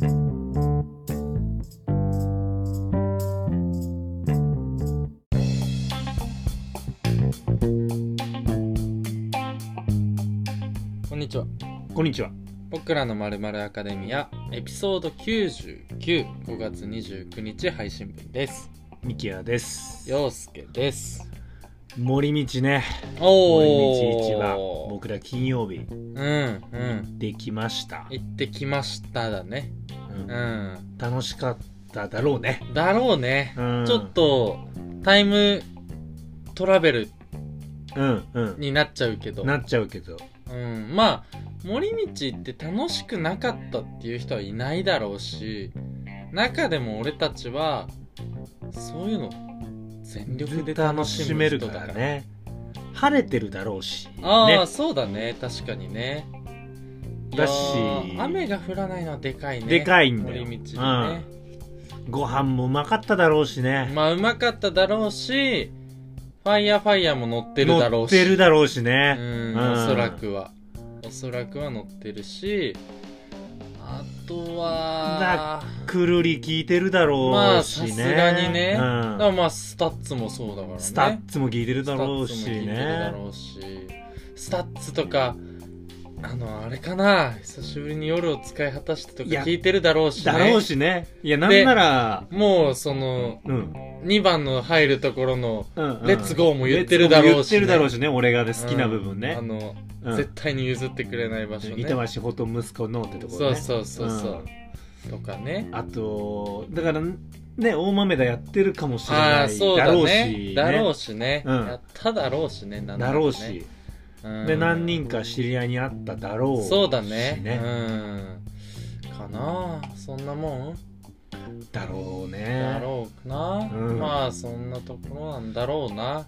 こんにちは。 こんにちは。 僕らの〇〇アカデミアエピソード99、5月29日配信分です。 ミキヤです。 陽介です。 森道ね。 お森道市場、僕ら金曜日できました。 行ってきましただね。 楽しかっただろうね。 だろうね。ちょっとタイムトラベルになっちゃうけど。まあ森道って楽しくなかったっていう人はいないだろうし、中でも俺たちはそういうの全力で楽しめるからね。晴れてるだろうし、 ね、そうだね、確かにね。 だし雨が降らないのはでかいね。 でかいんだよ。 森道でね、 ご飯もうまかっただろうしね。 まあうまかっただろうし、ファイヤーも乗ってるだろうし。 ね。 おそらくは乗ってるし、あとはくるり効いてるだろうしね。 まあさすがにね。だからまあスタッツもそうだからね。 スタッツも効いてるだろうしね。 スタッツとかあれかな、久しぶりに夜を使い果たしてとか聞いてるだろうしね。いや、なんならもうその、2番の入るところのレッツゴーも言ってるだろうしね。 俺が好きな部分ね。 絶対に譲ってくれない場所ね。 板橋ほと息子のってところね。 そうとかね。 あとだからね、大豆田やってるかもしれないだろうし、 だろうしね。やっただろうしね。 だろうし。で何人か知り合いに会っただろうしね。 そうだね。かな、そんなもんだろうね。 だろうな。まあそんなところなんだろうな。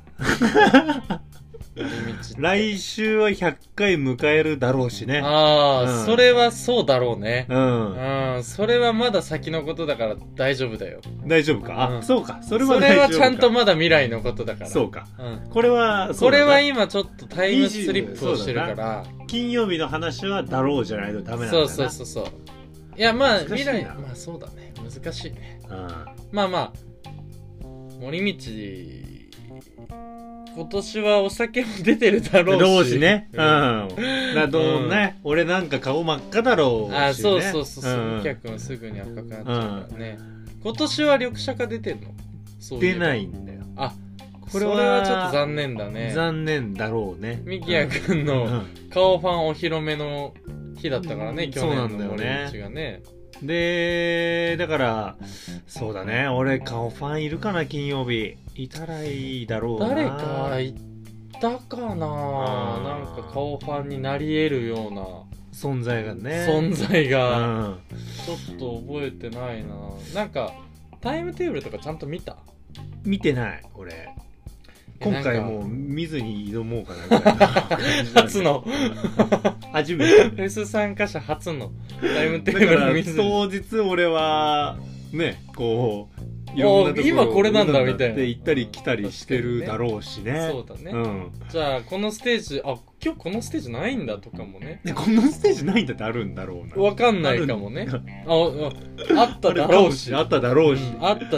来週は100回迎えるだろうしね。 それはそうだろうね。それはまだ先のことだから大丈夫だよ。 大丈夫か。そうか。それはちゃんとまだ未来のことだから。 そうか。これは今ちょっっとタイムスリップをしてるから、 金曜日の話はだろうじゃないとダメなんだよな。 そういや、まあ未来、まあそうだね、難しいね。まあ森道今年はお酒も出てるだろうしね。俺なんか顔真っ赤だろうしね。 そうみきやくんすぐに赤くなっちゃうからね。今年は緑茶が出てんの？ 出ないんだよ。 これはちょっと残念だね。 残念だろうね。 みきやくんの顔ファンお披露目の日だったからね、去年の森道がね。 で、だからそうだね、俺顔ファンいるかな、金曜日いたらいいだろうな。 誰かいたかな、なんか顔ファンになり得るような存在が、 ちょっと覚えてないな。なんかタイムテーブルとかちゃんと見てない俺。今回もう見ずに挑もうかなぐらいの初の初めてフェス参加者初のタイムテーブル見ずに。 当日俺はね、こういろんなところ今これなんだみたいな行ったり来たりしてるだろうしね。 そうだね。じゃあこのステージ、今日このステージないんだとかもね。 このステージないんだってあるんだろうな。 わかんないかもね。あっただろうし。 あっただろうし。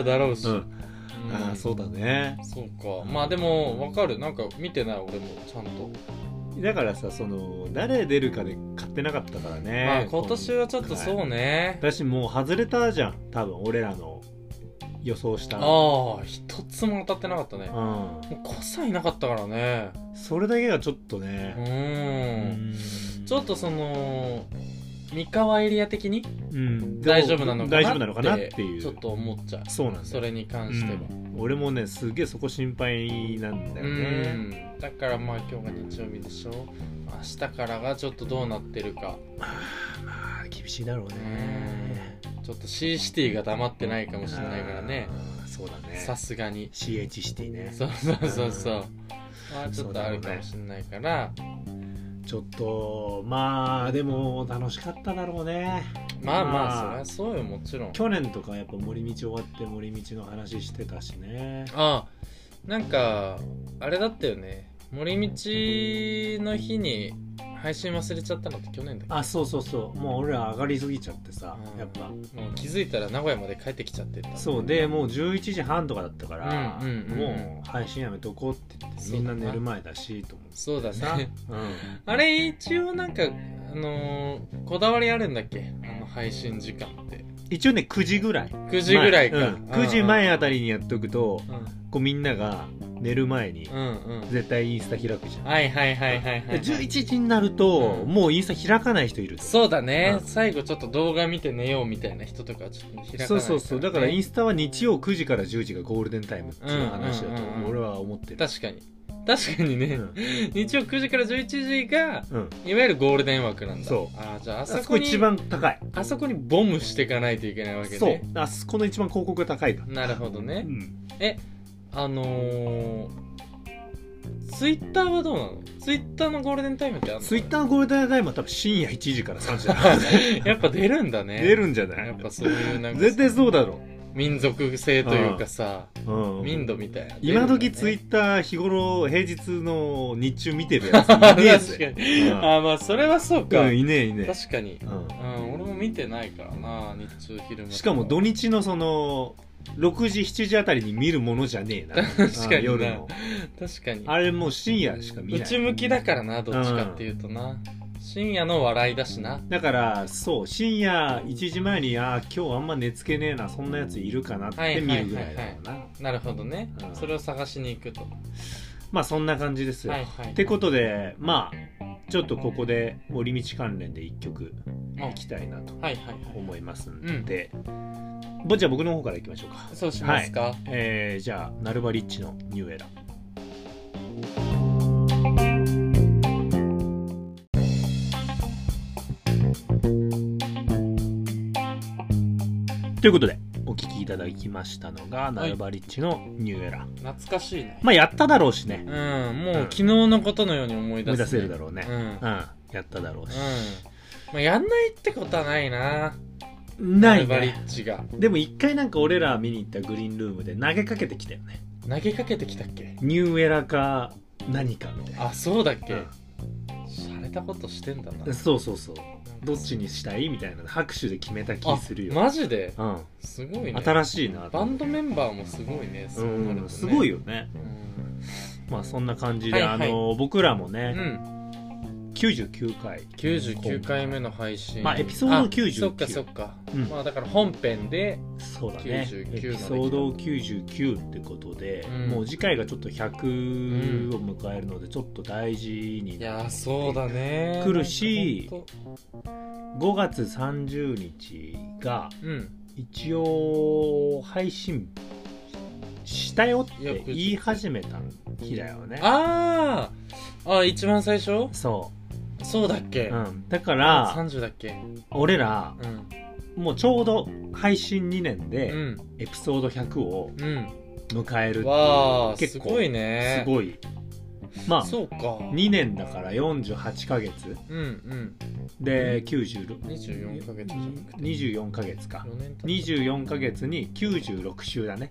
そうだね。 そうか。まあでもわかる。なんか見てない俺もちゃんと。 だからさ、誰出るかで買ってなかったからね。 まあ今年はちょっとそうね。 私もう外れたじゃん、多分俺らの予想した。 一つも当たってなかったね。もうコサいなかったからね。 それだけがちょっとね。 ちょっと三河エリア的に大丈夫なのかなっていうちょっと思っちゃう。 そうなんだ。 それに関しては俺もね、すげえそこ心配なんだよね。 だからまあ今日が日曜日でしょ。明日からがちょっとどうなってるか。 まあ厳しいだろうね。 ちょっと C シティが黙ってないかもしれないからね。 そうだね。 さすがに CH シティね。 そうまあちょっとあるかもしれないから、 ちょっとまあでも楽しかっただろうね。 まあそりゃそうよ、もちろん。 去年とかやっぱ森道終わって森道の話してたしね。 なんかあれだったよね、森道の日に配信忘れちゃったのって去年だっけ？ あ、そうそうそう。もう俺ら上がりすぎちゃってさ、やっぱもう気づいたら名古屋まで帰ってきちゃってた。 そうで、もう11時半とかだったから、もう配信やめとこうって言って、みんな寝る前だしと思って。 そうだね。あれ一応なんかこだわりあるんだっけ？配信時間って。一応ね、9時ぐらい。 9時ぐらいか。 9時前あたりにやっとくと、こうみんなが寝る前に絶対インスタ開くじゃん。 はいはいはいはい。 11時になると、もうインスタ開かない人いる。 そうだね。最後ちょっと動画見て寝ようみたいな人とかちょっと開かない。 そうそうそう。だからインスタは日曜9時から10時がゴールデンタイムっていう話だと俺は思ってる。 確かに。確かにね、日曜9時から11時が、いわゆるゴールデン枠なんだ。 そう。 あ、じゃああそこ一番高い。 あそこにボムしていかないといけないわけね。 そう。あそこの一番広告が高いから。 なるほどね。ツイッターはどうなの？ツイッターのゴールデンタイムってあるの？ ツイッターのゴールデンタイムは多分深夜1時から3時だ。 やっぱ出るんだね。 出るんじゃない？ やっぱそういうなんか。 絶対そうだろ。 民族性というかさ、民度みたいな、ね、 今時ツイッター日頃平日の日中見てるやついねえぜ。確かに、あ、まあそれはそうか、 いねえいねえ。 確かに、俺も見てないからな、日中昼間。 しかも土日のその6時7時あたりに見るものじゃねえな。 確かに夜の。 確かにあれもう深夜しか見ない。 内向きだからな、どっちかっていうとな、深夜の笑いだしな。 だからそう深夜1時前に今日あんま寝つけねえな、そんなやついるかなって見るぐらいだろうな。 なるほどね、それを探しに行くと。 まあそんな感じですよ。ってことでまあちょっとここで森道関連で1曲いきたいなと思いますんで、じゃあ僕の方からいきましょうか。 そうしますか。 じゃあナルバリッチのニューエラ。ということでお聴きいただきましたのが、ナルバリッチのニューエラ。 懐かしいね。 まあやっただろうしね。 もう昨日のことのように思い出せるだろうね。やっただろうし。 まあやんないってことはないな。 ないね。 ナルバリッチが。 でも一回なんか俺ら見に行ったグリーンルームで投げかけてきたよね。 投げかけてきたっけ？ ニューエラか何かみたいな。 あ、そうだっけ？洒落たことしてんだな。 そうそうそう。どっちにしたいみたいな拍手で決めた気するよ。 マジで？すごいね。 新しいな。 バンドメンバーもすごいね。そうなるとね。 すごいよね。まあそんな感じで、僕らもね、99 回目の配信。 まあエピソード99。 そっかそっか。まあだから本編でそうだね。エピソード99ってことで、もう次回がちょっと100を迎えるのでちょっと大事に。 いやそうだね。 来るし、5月30日が一応配信したよって言い始めた日だよね。 ああ、一番最初？そうだっけ？ だから 30だっけ？ 俺らもうちょうど配信2年でエピソード100を迎えるっていう、 結構すごいね。 すごい。まあそうか、 2年だから48ヶ月で 24ヶ月じゃなくて 24ヶ月か。24ヶ月に96週だね。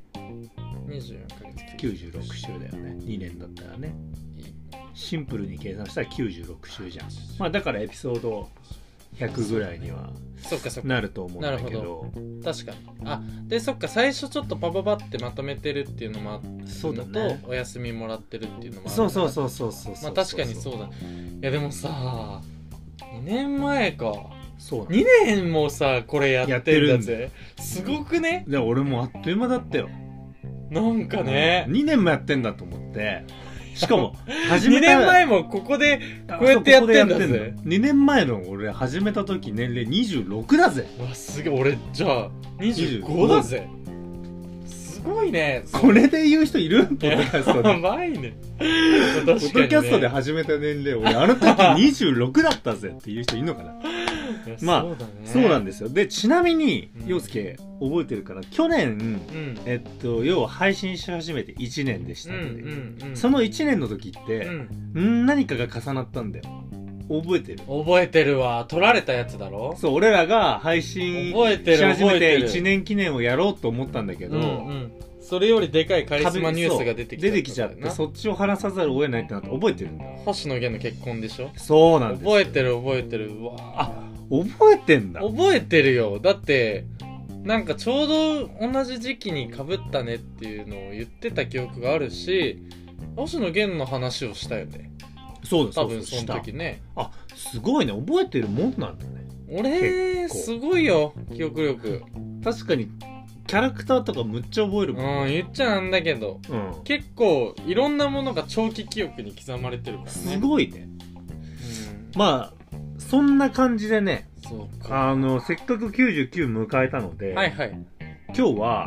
24ヶ月 96週だよね。2年だったらね。シンプルに計算したら96週じゃん。まあだからエピソード100ぐらいにはなると思うんだけど。 確かに。でそっか、最初ちょっとパパパってまとめてるっていうのもあったのと、お休みもらってるっていうのもある。そうまあ確かにそうだ。いやでもさ、2年前か。2年もさこれやってるんだぜ。すごくね。 で俺もあっという間だったよ。 なんかね、 2年もやってんだと思って。しかも始めた 2年前もここでこうやってやってんだぜ。 2年前の俺始めた時年齢26だぜ。 わ、すげえ。俺じゃあ25だぜ。すごいね。 これで言う人いる？ポッドキャストで。 やばいね。 ポッドキャストで始めた年齢、俺あの時26だったぜっていう人いるのかな。まあそうなんですよ。でちなみに陽介覚えてるかな、去年要は配信し始めて1年でしたので、その1年の時って何かが重なったんだよ。覚えてる？ 覚えてるわ。撮られたやつだろ。 そう、俺らが配信し始めて1年記念をやろうと思ったんだけど、 それよりでかいカリスマニュースが出てきちゃって、そっちを話さざるを得ないってなって覚えてるんだ。 星野源の結婚でしょ。 そうなんです。 覚えてる覚えてる。うわあ、覚えてんだ。 覚えてるよ。だってなんかちょうど同じ時期に被ったねっていうのを言ってた記憶があるし、星野源の話をしたよね。 そうです。 多分その時ね。 あ、すごいね。覚えてるもんなんだね。 俺すごいよ、記憶力。 確かにキャラクターとかむっちゃ覚えるもん。言っちゃなんだけど、結構いろんなものが長期記憶に刻まれてるからね。 すごいね。まあそんな感じでね。そうか。せっかく99迎えたので、 はいはい。 今日は、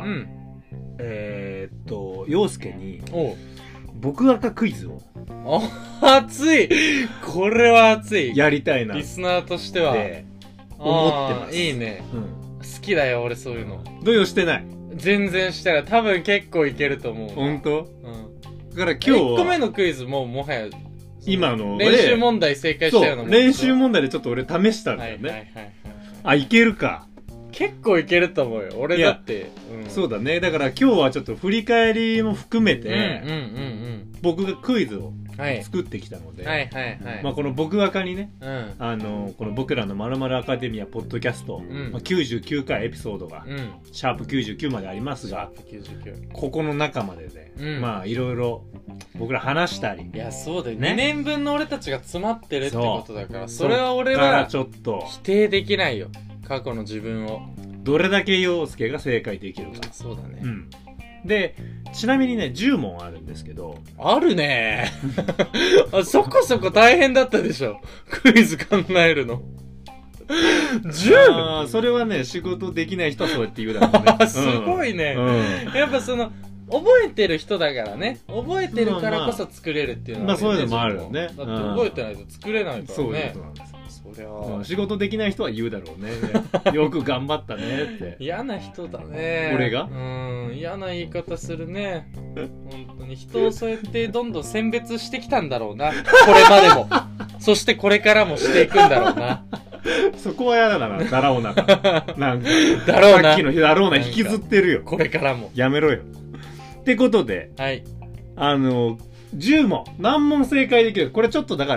陽介に僕赤クイズを。 熱い。これは熱い。 やりたいな。 リスナーとしては。思ってます。いいね。好きだよ、俺そういうの。 動揺してない。 全然してない。多分結構いけると思う。 本当？だから今日は。 1個目のクイズもはや、 今の練習問題正解したようなもん。 練習問題でちょっと俺試したんだよね。あ、いけるか。 結構いけると思うよ。俺だって。 そうだね。だから今日はちょっと振り返りも含めて、僕がクイズを作ってきたので、まあこの僕赤にね、この僕らの〇〇アカデミアポッドキャスト、99回エピソードが、シャープ99までありますが、ここの中までで、まあいろいろ僕ら話したり。 いや、そうだよ。2年分の俺たちが詰まってるってことだから、それは俺はちょっと否定できないよ。過去の自分を。 どれだけ陽介が正解できるか。 そうだね。 で、ちなみにね、10問あるんですけど。 あるねそこそこ大変だったでしょ。クイズ考えるの。10？ それはね、仕事できない人はそうやって言うだろうね。 すごいね。やっぱその、覚えてる人だからね。覚えてるからこそ作れるっていうのは、 まあそういうのもあるよね。 だって覚えてないと作れないからね。 そういうことなんです。 そりゃ仕事できない人は言うだろうね。よく頑張ったねって。 嫌な人だね。 俺が？ 嫌な言い方するね。本当に人をそうやってどんどん選別してきたんだろうな。これまでも。そしてこれからもしていくんだろうな。 そこは嫌だな、だろうな。なんか、 だろうな。 さっきのだろうな引きずってるよ。 これからも。 やめろよ。ってことで、 はい。 10問。何問正解できる？これちょっとだから、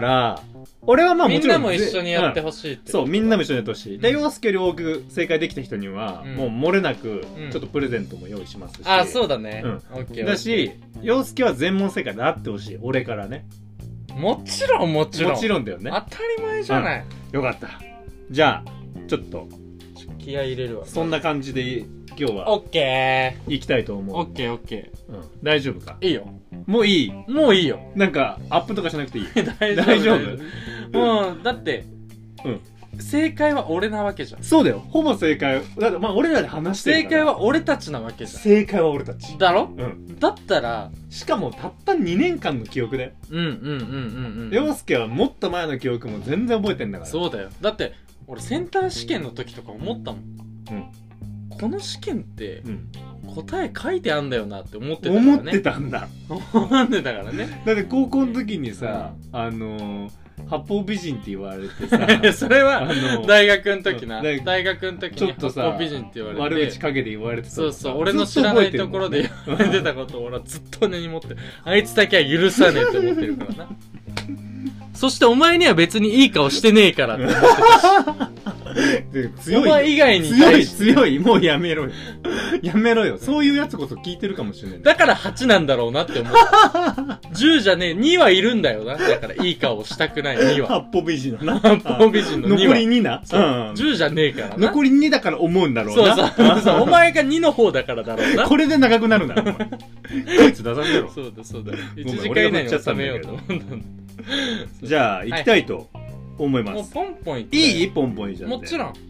俺はまあもちろん。 みんなも一緒にやってほしいって。 そう、みんなも一緒にやってほしい。で、陽介より多く正解できた人には、もう漏れなく、ちょっとプレゼントも用意しますし。 あ、そうだね。 だし、陽介は全問正解であってほしい。俺からね。 もちろん、もちろん。 もちろんだよね。 当たり前じゃない。 よかった。じゃあ、ちょっと。 気合い入れるわ。 そんな感じで、今日は。 オッケー。行きたいと思う。 オッケーオッケー。大丈夫か？ いいよ。 もういい？ もういいよ。 なんか、アップとかしなくていい？ 大丈夫。もう、だって、正解は俺なわけじゃん。 そうだよ。ほぼ正解。だってまあ俺らで話してるから。正解は俺たちなわけじゃん。 正解は俺たち。 だろ？だったら、 しかもたった2年間の記憶だよ。陽介はもっと前の記憶も全然覚えてんだから。 そうだよ。だって、俺センター試験の時とか思ったもん。この試験って、答え書いてあんだよなって思ってたからね。 思ってたんだ。 思ってたからね。 だって高校の時にさ、八方美人って言われてさそれは大学の時な。大学の時に八方美人って言われて、 悪口陰で言われてた。 そうそう、俺の知らないところで言われてたことを俺はずっと根に持って、あいつだけは許さねえって思ってるからな。そしてお前には別にいい顔してねえからって思ってたし。強い。お前以外に強い。もうやめろよ。やめろよ。そういうやつこそ聞いてるかもしれない。 だから8なんだろうなって思う。10じゃねえ。2はいるんだよな。だからいい顔したくない2は。 八方美人のな。 八方美人の2は。 残り2な。 10じゃねえからな。 残り2だから思うんだろうな。 そう。お前が2の方だからだろうな。 これで長くなるんだろ、お前。こいつ出させろ。 そうだ。1時間以内に収めようと思ったんだ。 じゃあ、行きたいと思います。 もうポンポンいって。 いい？ポンポンいいじゃん。 もちろん。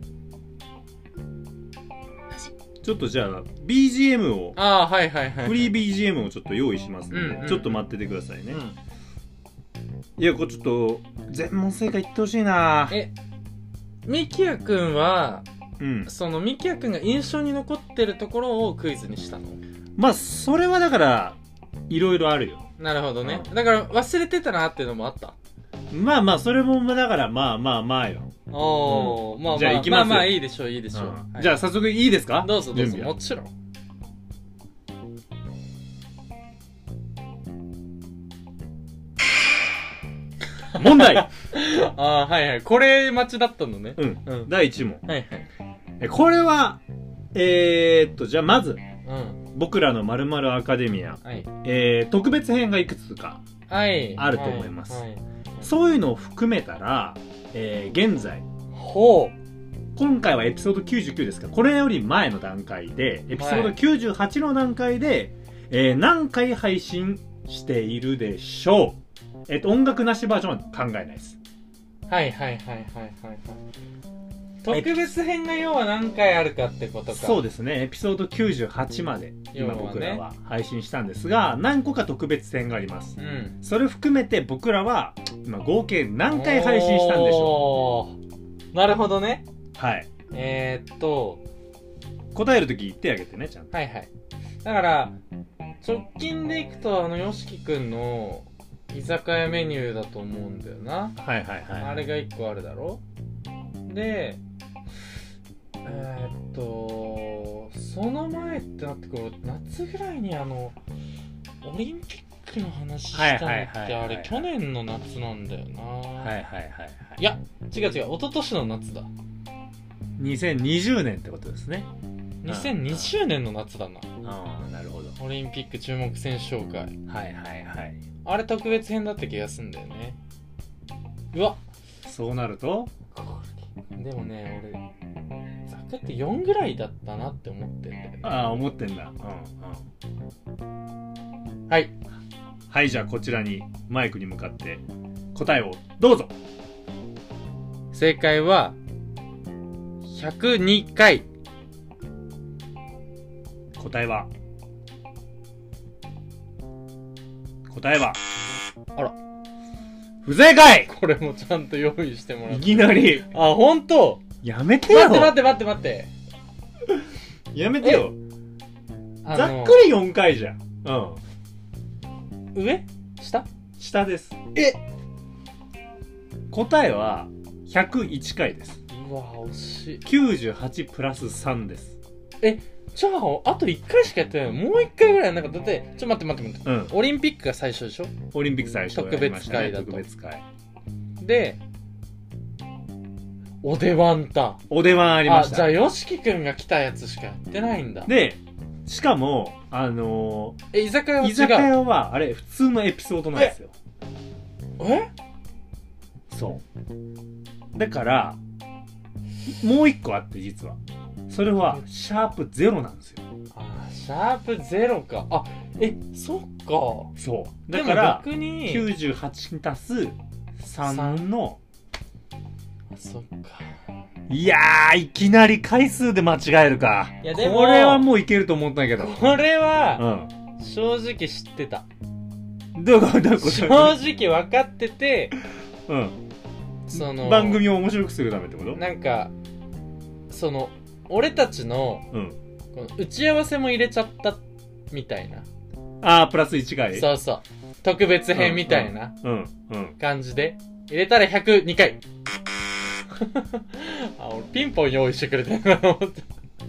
ちょっとじゃあ BGM をフリー BGM をちょっと用意しますので、ちょっと待っててくださいね。いや、これちょっと全問正解言ってほしいな。 ミキヤくんは、そのミキヤくんが印象に残ってるところをクイズにしたの？まあそれはだからいろいろあるよ。 なるほどね。だから忘れてたなっていうのもあった。 まあそれもだからまあよ。 じゃあ行きますよ。まあいいでしょう。 じゃあ早速いいですか？ どうぞ。もちろん。 問題ああ、はいはい。これ待ちだったのね。 うん。うん、第1問。 はいはい。 これは、じゃあまず、 うん、 僕らの〇〇アカデミア、はい、特別編がいくつかあると思います。はいはい、そういうのを含めたら、現在、今回はエピソード99ですから、これより前の段階で、エピソード98の段階で、何回配信しているでしょう。音楽なしバージョンは考えないです。 はいはいはいはいはい。特別編が要は何回あるかってことか。 そうですね。エピソード98まで今僕らは配信したんですが、何個か特別編があります。うん、それを含めて僕らは今合計何回配信したんでしょう。なるほどね。 はい。答えるとき言ってあげてね、ちゃんと。 はいはい。だから直近でいくとよしきくんの居酒屋メニューだと思うんだよな。 はいはいはい。 あれが1個あるだろ。で、その前ってなってくる夏ぐらいにオリンピックの話したのってあれ去年の夏なんだよな。 はいはいはいはい。 いや違う違う、一昨年の夏だ。 2020年ってことですね。 2020年の夏だな。 ああ、なるほど。 オリンピック注目選手紹介。 はいはいはい。 あれ特別編だった気がするんだよね。うわ、 そうなるとでもね、俺ざくって4ぐらいだったなって思ってんだよね。 ああ、思ってんだ。 うんうん。はいはい、じゃあこちらにマイクに向かって答えをどうぞ。 正解は102回。 答えはあら、 不正解。 これもちゃんと用意してもらって。 いきなり。 あ、ほんと。 やめてよ。 待って。 やめてよ。ざっくり4回じゃん。 うん。上？ 下です。答えは101回です。 うわ、惜しい。 98プラス3です。 じゃあ、あと1回しかやってないの？もう1回ぐらい、なんか、だって、待って。うん。オリンピックが最初でしょ？ オリンピック最初、 特別会だと。 特別会。 で、お出番ありました。 じゃあ、よしきくんが来たやつしかやってないんだ。 で、しかも、 居酒屋は違う。 居酒屋は、あれ、普通のエピソードなんですよ。そう。だから、もう一個あって、実は。それは、シャープ0なんですよ。 シャープ0か。そっか。 そう。だから、98足す3の、 そっか。 いやー、いきなり回数で間違えるか。いやでもこれはもういけると思ったんだけど。 これは、正直知ってた。 どういうこと？ 正直分かってて、 番組を面白くするためってこと？ なんか、俺たちの、この打ち合わせも入れちゃったみたいな。 プラス1回？ そうそう。特別編みたいな感じで、入れたら102回。俺ピンポン用意してくれてるかと思って。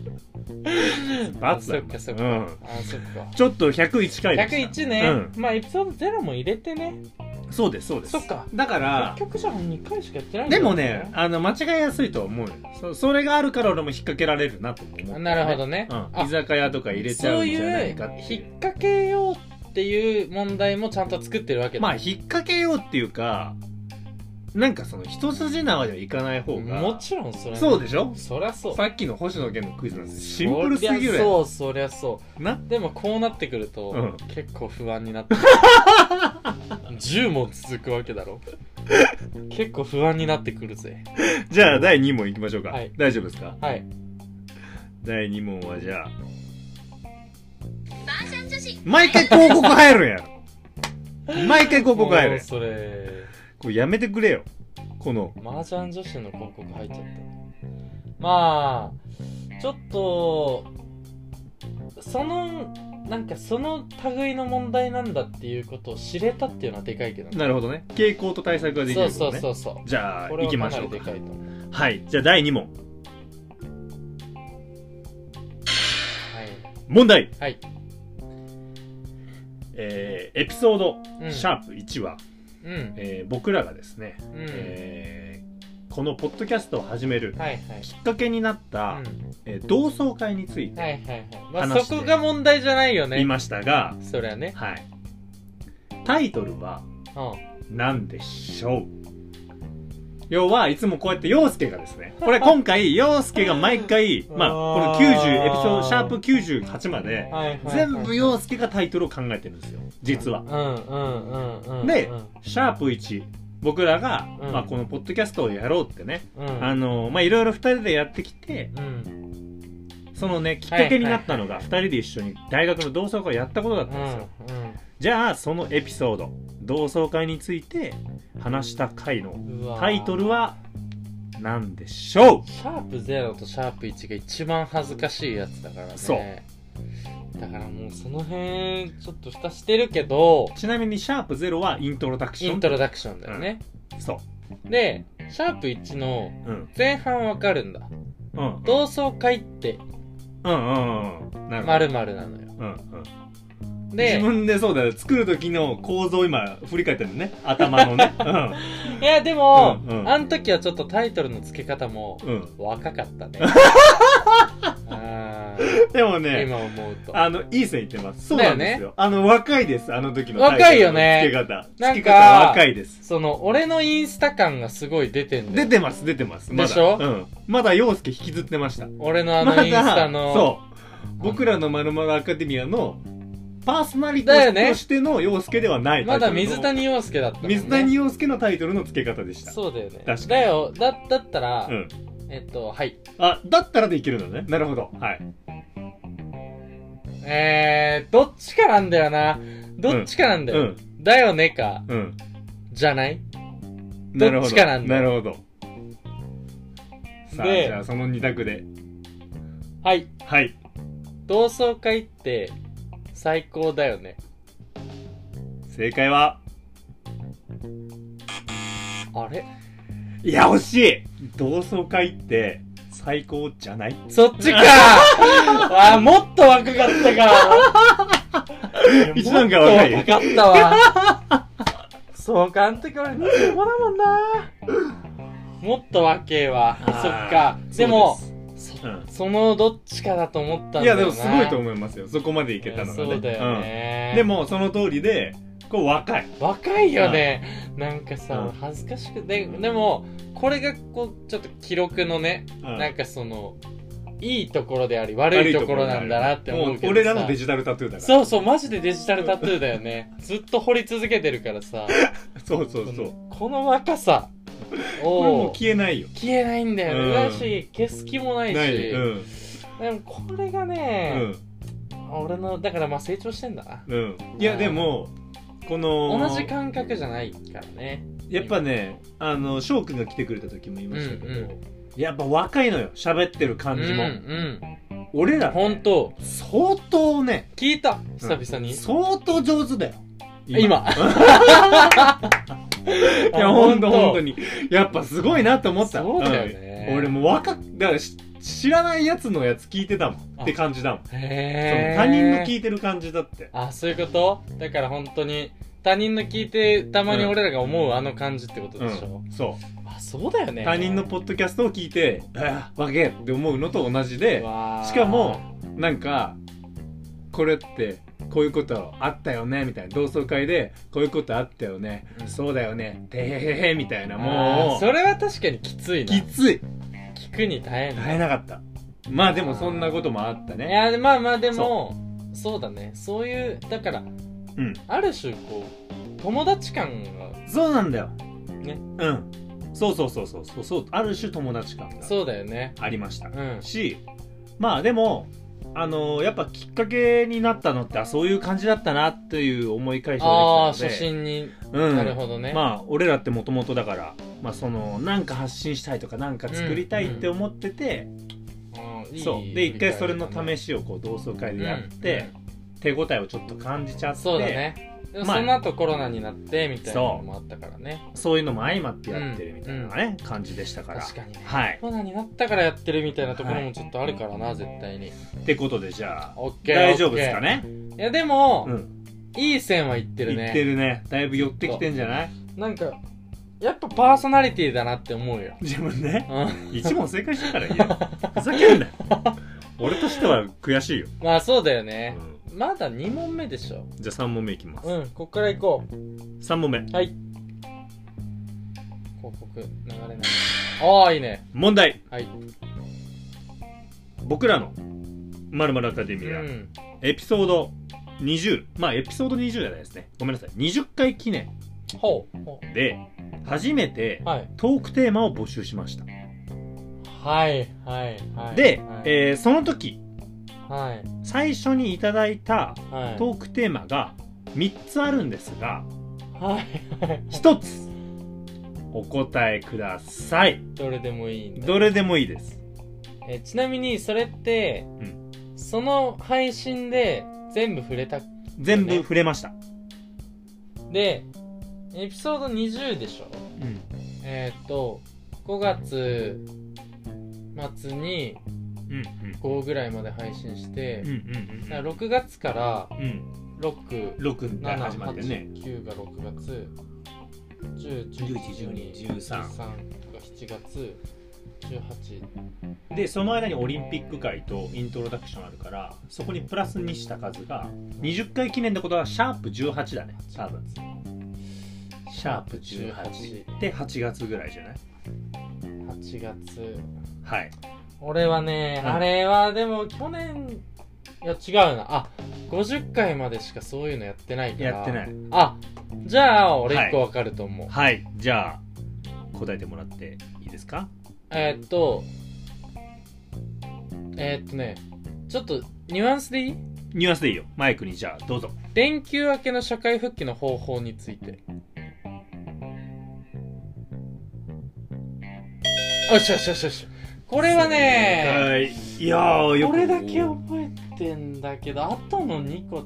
罰だ。 そっか。そっか。 ちょっと101回でした。 101ね。まあエピソード0も入れてね。 そうです。 そっか。 だから、 結局じゃあ2回しかやってないんだよね。でもね、間違いやすいと思うよ。それがあるから俺も引っ掛けられるなと思う。 なるほどね。 居酒屋とか入れちゃうんじゃないかっていう。 そういう、引っ掛けようっていう問題もちゃんと作ってるわけだ。 まあ、引っ掛けようっていうか、なんか一筋縄ではいかない方が。 もちろんそれ。 そうでしょ？ そりゃそう。 さっきの星野源のクイズなんです。シンプルすぎるやん。そりゃそう。でもこうなってくると、結構不安になってくる。10問続くわけだろ。結構不安になってくるぜ。 じゃあ第2問いきましょうか。 はい。 大丈夫ですか？ はい。 第2問はじゃあ。毎回広告入るんやろ。毎回広告入る。 それ。 これやめてくれよ。この。 麻雀女子の広告入っちゃった。まあ、ちょっと、なんかその類の問題なんだっていうことを知れたっていうのはでかいけどね。 なるほどね。傾向と対策ができることね。 そう。 じゃあ、行きましょうか。 これはかなりでかいと思う。 はい。じゃあ第2問。はい。問題。 はい。 エピソード、シャープ1は、 僕らがですね、このポッドキャストを始めるきっかけになった、同窓会について話してそこが問題じゃないよね。 いましたが、 そりゃね。 はい。タイトルは何でしょう。要はいつもこうやって陽介がですね、これ今回陽介が毎回まあこの90エピソードシャープ98まで全部陽介がタイトルを考えてるんですよ実は。でシャープ1僕らが、まあこのポッドキャストをやろうってね、まあいろいろ2人でやってきて、そのねきっかけになったのが2人で一緒に大学の同窓会をやったことだったんですよ。じゃあそのエピソード同窓会について話した回のタイトルは何でしょう。 シャープ0とシャープ1が一番恥ずかしいやつだからね。 そうだからもうその辺ちょっと蓋してるけど、 ちなみにシャープ0はイントロダクション。 イントロダクションだよね、そうでシャープ1の前半わかるんだ、同窓会って〇〇なのよ、 で自分でそうだよ作る時の構造を今振り返ってるね頭のね、 いやでも、あの時はちょっとタイトルの付け方も若かったね、 でもね今思うといい線いってます。そうなんですよ、若いです。あの時のタイトルの付け方なんか若いです。 その俺のインスタ感がすごい出てんだよ。 出てます出てます。 でしょ、 まだ陽介引きずってました。 俺のあのインスタの、 そう僕らのまるまるアカデミアのパーソナリティとしての陽介ではない。 まだ水谷陽介だったもんね。 水谷陽介のタイトルの付け方でした。 そうだよね。 確かに。 だよ、だったら、はい。 だったらでいけるのね。なるほど。はい。 どっちかなんだよな。どっちかなんだよ。だよねか。じゃないどっちかなんだよ。 なるほど。さあ、じゃあその2択で。 はい。 はい。 同窓会って、最高だよね。 正解はあれいや惜しい。同窓会って最高じゃない？ そっちかもっと若かったか一段階若い。 もっと若かったわそうか、あの時俺25だもんな。もっと若えわ。そっか。でもそのどっちかだと思ったんだよな。 いやでもすごいと思いますよ。そこまでいけたのがね。 そうだよね、 でもその通りでこう若いよね、なんかさ、恥ずかしくてでもこれがこうちょっと記録のね、なんかそのいいところであり悪いところなんだなって思うけどさ、 俺らのデジタルタトゥーだから。 そうマジでデジタルタトゥーだよねずっと掘り続けてるからさそうこの若さこれもう消えないよ。 消えないんだよね、だし消す気もないし、でもこれがね、俺のだからまあ成長してんだな。 いやでもこの同じ感覚じゃないからね。 やっぱね翔くんが来てくれた時も言いましたけど、やっぱ若いのよ喋ってる感じも。俺ら本当相当ね聞いた久々に相当上手だよ今いや本当にやっぱすごいなって思った。 そうだよね、 俺もだから知らないやつのやつ聞いてたもんって感じだもん。他人の聞いてる感じだって。 そういうこと。だから本当に他人の聞いてたまに俺らが思うあの感じってことでしょ。そうだよね。 他人のポッドキャストを聞いてわけって思うのと同じで、しかもなんかこれってこういうことあったよねみたいな、同窓会でこういうことあったよね、そうだよねてへへみたいな、もうそれは確かにきついな。 きつい。 聞くに耐えなかった。まあでもそんなこともあったね。 いやまあでもそうだね、そういうだからある種こう友達感がそうなんだよね。 そうある種友達感がそうだよねありましたし、まあでもやっぱきっかけになったのってそういう感じだったなっていう思い返しができたので、 初心に、なるほどね。 まあ俺らってもともとだから、まあそのなんか発信したいとかなんか作りたいって思ってて、そうで一回それの試しをこう同窓会でやって、手応えをちょっと感じちゃって、 そうだね。その後コロナになってみたいなのもあったからね。 そういうのも相まってやってるみたいなね、感じでしたから。 確かにね。コロナになったからやってるみたいなところもちょっとあるからな、絶対に。 ってことでじゃあ大丈夫ですかね。 いやでもいい線はいってるね。 いってるね。だいぶ寄ってきてんじゃない？ なんかやっぱパーソナリティだなって思うよ。 自分ね、一問正解したからいいよ。ふざけんなよ。俺としては悔しいよ。 まあそうだよね、まだ2問目でしょ。 じゃあ3問目いきます。 こっからいこう。 3問目。 はい。広告流れない。ああいいね。 問題。 はい。 僕らの〇〇アカデミア、エピソード20、まあエピソード20じゃないですね、ごめんなさい、20回記念で初めてトークテーマを募集しました。 はいはいはい。 で、その時、 はい、 最初にいただいたトークテーマが3つあるんですが、1つお答えください。 どれでもいいんだ。 どれでもいいです。 ちなみにそれって、その配信で全部触れた、ね、 全部触れました。 でエピソード20でしょ、5月末に5ぐらいまで配信して、6月から6、7、8、9が6月、10、11、12、13が7月、18 で、その間にオリンピック会とイントロダクションあるから、そこにプラスにした数が20回記念ってことはシャープ18だね、多分。シャープ18で8月ぐらいじゃない？ 8月。 はい。 俺はね、あれはでも去年、いや違うな、あ、50回までしかそういうのやってないから。 やってない。 あ、じゃあ俺1個わかると思う。 はい、じゃあ答えてもらっていいですか？ ね、ちょっとニュアンスでいい？ ニュアンスでいいよ。マイクにじゃあどうぞ。 連休明けの社会復帰の方法について。よしよしよしよし。これはね、 いやー、よくこれだけ覚えてんだけど、あとの2個、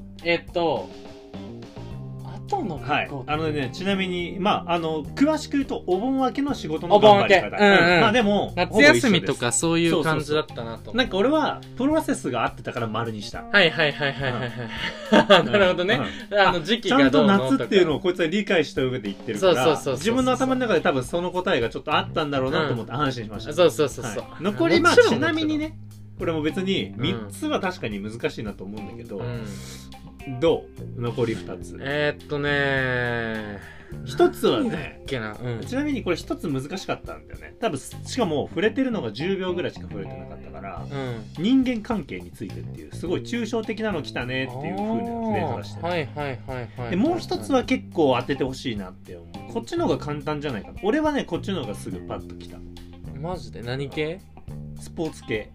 はい、ね、ちなみに、まあ、詳しく言うと、お盆明けの仕事の頑張り方。まあでも、 夏休みとかそういう感じだったなと。 なんか俺は、プロセスがあってたから丸にした。 はいはいはいはいはい。なるほどね。時期がどうのとか。 ちゃんと夏っていうのをこいつは理解した上で言ってるから、自分の頭の中で多分その答えがちょっとあったんだろうなと思って安心しました。 そうそうそうそう。 残り、まあ、ちなみにね、これも別に3つは確かに難しいなと思うんだけど、どう？残り2つ。1つはね、ちなみにこれ1つ難しかったんだよね。多分、しかも触れてるのが10秒ぐらいしか触れてなかったから、人間関係についてっていう、すごい抽象的なの来たねっていう風なフレーズがしてる。で、もう1つは結構当ててほしいなって思う。こっちの方が簡単じゃないかな。俺はね、こっちの方がすぐパッと来た。 マジで？何系？ スポーツ系。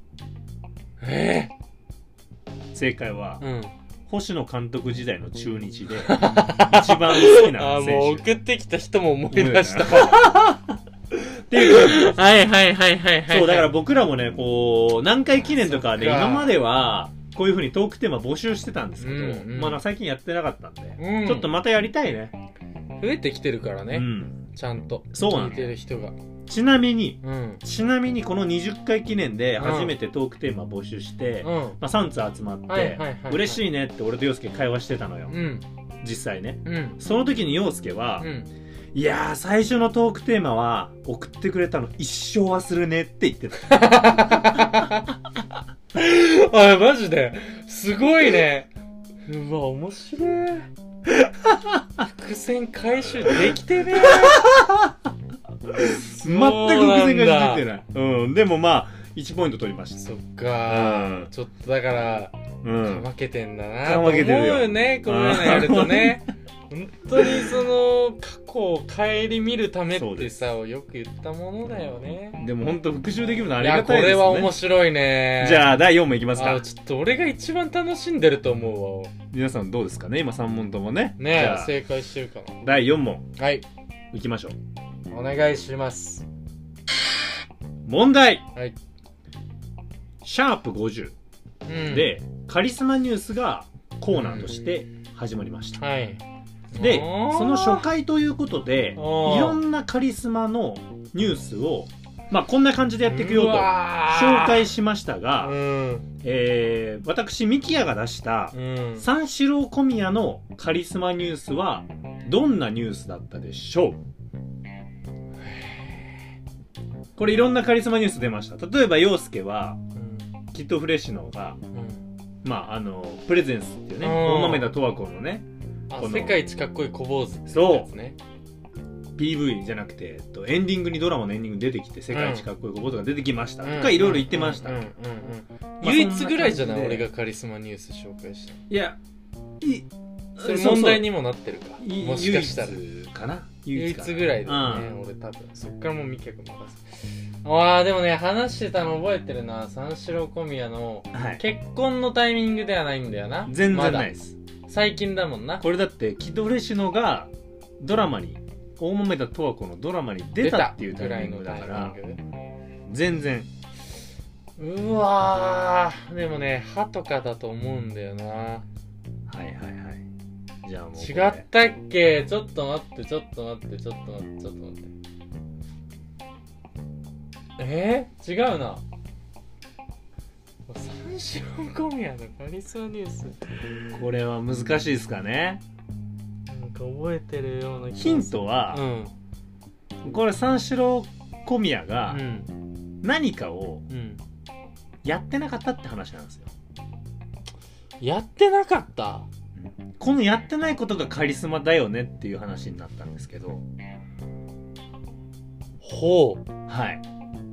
正解は、星野監督時代の中日で一番好きな選手。 もう送ってきた人も思い出したっていうはいはいはいはいはい。 そう、だから僕らもね、こう何回記念とかで今まではこういう風にトークテーマ募集してたんですけど、まだ最近やってなかったんで、ちょっとまたやりたいね。 増えてきてるからね、ちゃんと聞いてる人が。 ちなみにこの20回記念で初めてトークテーマ募集して、3つ集まって嬉しいねって俺と陽介会話してたのよ、実際ね。その時に陽介は、いやー、最初のトークテーマは送ってくれたの一生忘れねって言ってた。 あ、マジですごいね。うわ、面白い。伏線回収できてね全く伏線が出てない。でもまあ1ポイント取りました。 そっか、ちょっとだからかまけてんだなと思うよね、こういうのやるとね。本当にその過去を顧みるためってさ、よく言ったものだよね。 でも本当復習できるのありがたいですね。 いや、これは面白いね。 じゃあ第4問いきますか。 ちょっと俺が一番楽しんでると思うわ。 皆さんどうですかね、今3問ともね。 正解してるかな。 第4問、 はいいきましょう。お願いします。 問題。 はいシャープ50、でカリスマニュースがコーナーとして始まりました。でその初回ということでいろんなカリスマのニュースをまあこんな感じでやっていくよと紹介しましたが、私ミキヤが出した三四郎小宮のカリスマニュースはどんなニュースだったでしょう。これいろんなカリスマニュース出ました。例えば陽介は、キッドフレッシュの方が、まあプレゼンスっていうね、大豆田十和子のね、 世界一かっこいい小坊主ってやつね。 PV じゃなくて、エンディングにドラマのエンディングに出てきて、世界一かっこいい小坊主が出てきましたとかいろいろ言ってました。 唯一ぐらいじゃない俺がカリスマニュース紹介した。 いや、 それ問題にもなってるか。もしかしたら。 唯一かな。 唯一ぐらいだよね、俺多分。そっからもうミキヤ君任せ。ああ、でもね、話してたの覚えてるな。三四郎小宮の結婚のタイミングではないんだよな。 全然ないです。 最近だもんな。 これだってキッドフレッシュのがドラマに、大豆田十和子のドラマに出たっていうタイミングだから全然。 うわー、でもね、歯とかだと思うんだよな。 はいはいはい。じゃあもう違ったっけ。ちょっと待ってちょっと待ってちょっと待ってちょっと待って、違うな。三四郎小宮のカリスマニュース、 これは難しいですかね。 なんか覚えてるような気がする。 ヒントは、これ三四郎小宮が何かをやってなかったって話なんですよ。 やってなかった。 このやってないことがカリスマだよねっていう話になったんですけど。 ほう。 はい。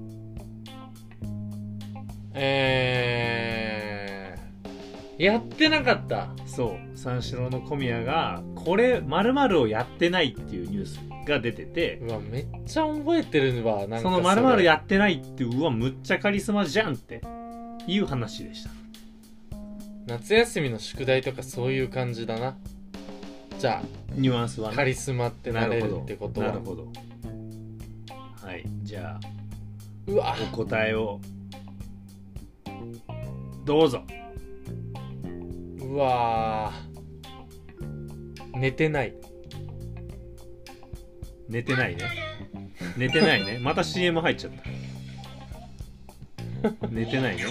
やってなかった。 そう、三四郎の小宮がこれ〇〇をやってないっていうニュースが出てて、 うわめっちゃ覚えてるわ。なんかその〇〇やってないって、うわむっちゃカリスマじゃんっていう話でした。 夏休みの宿題とかそういう感じだな。じゃあニュアンスは、ね、 カリスマってなれるってことは。 なるほど。はい、じゃあうわお答えをどうぞ。 うわー、寝てない。 寝てないね。寝てないね。また CM 入っちゃった。寝てないね。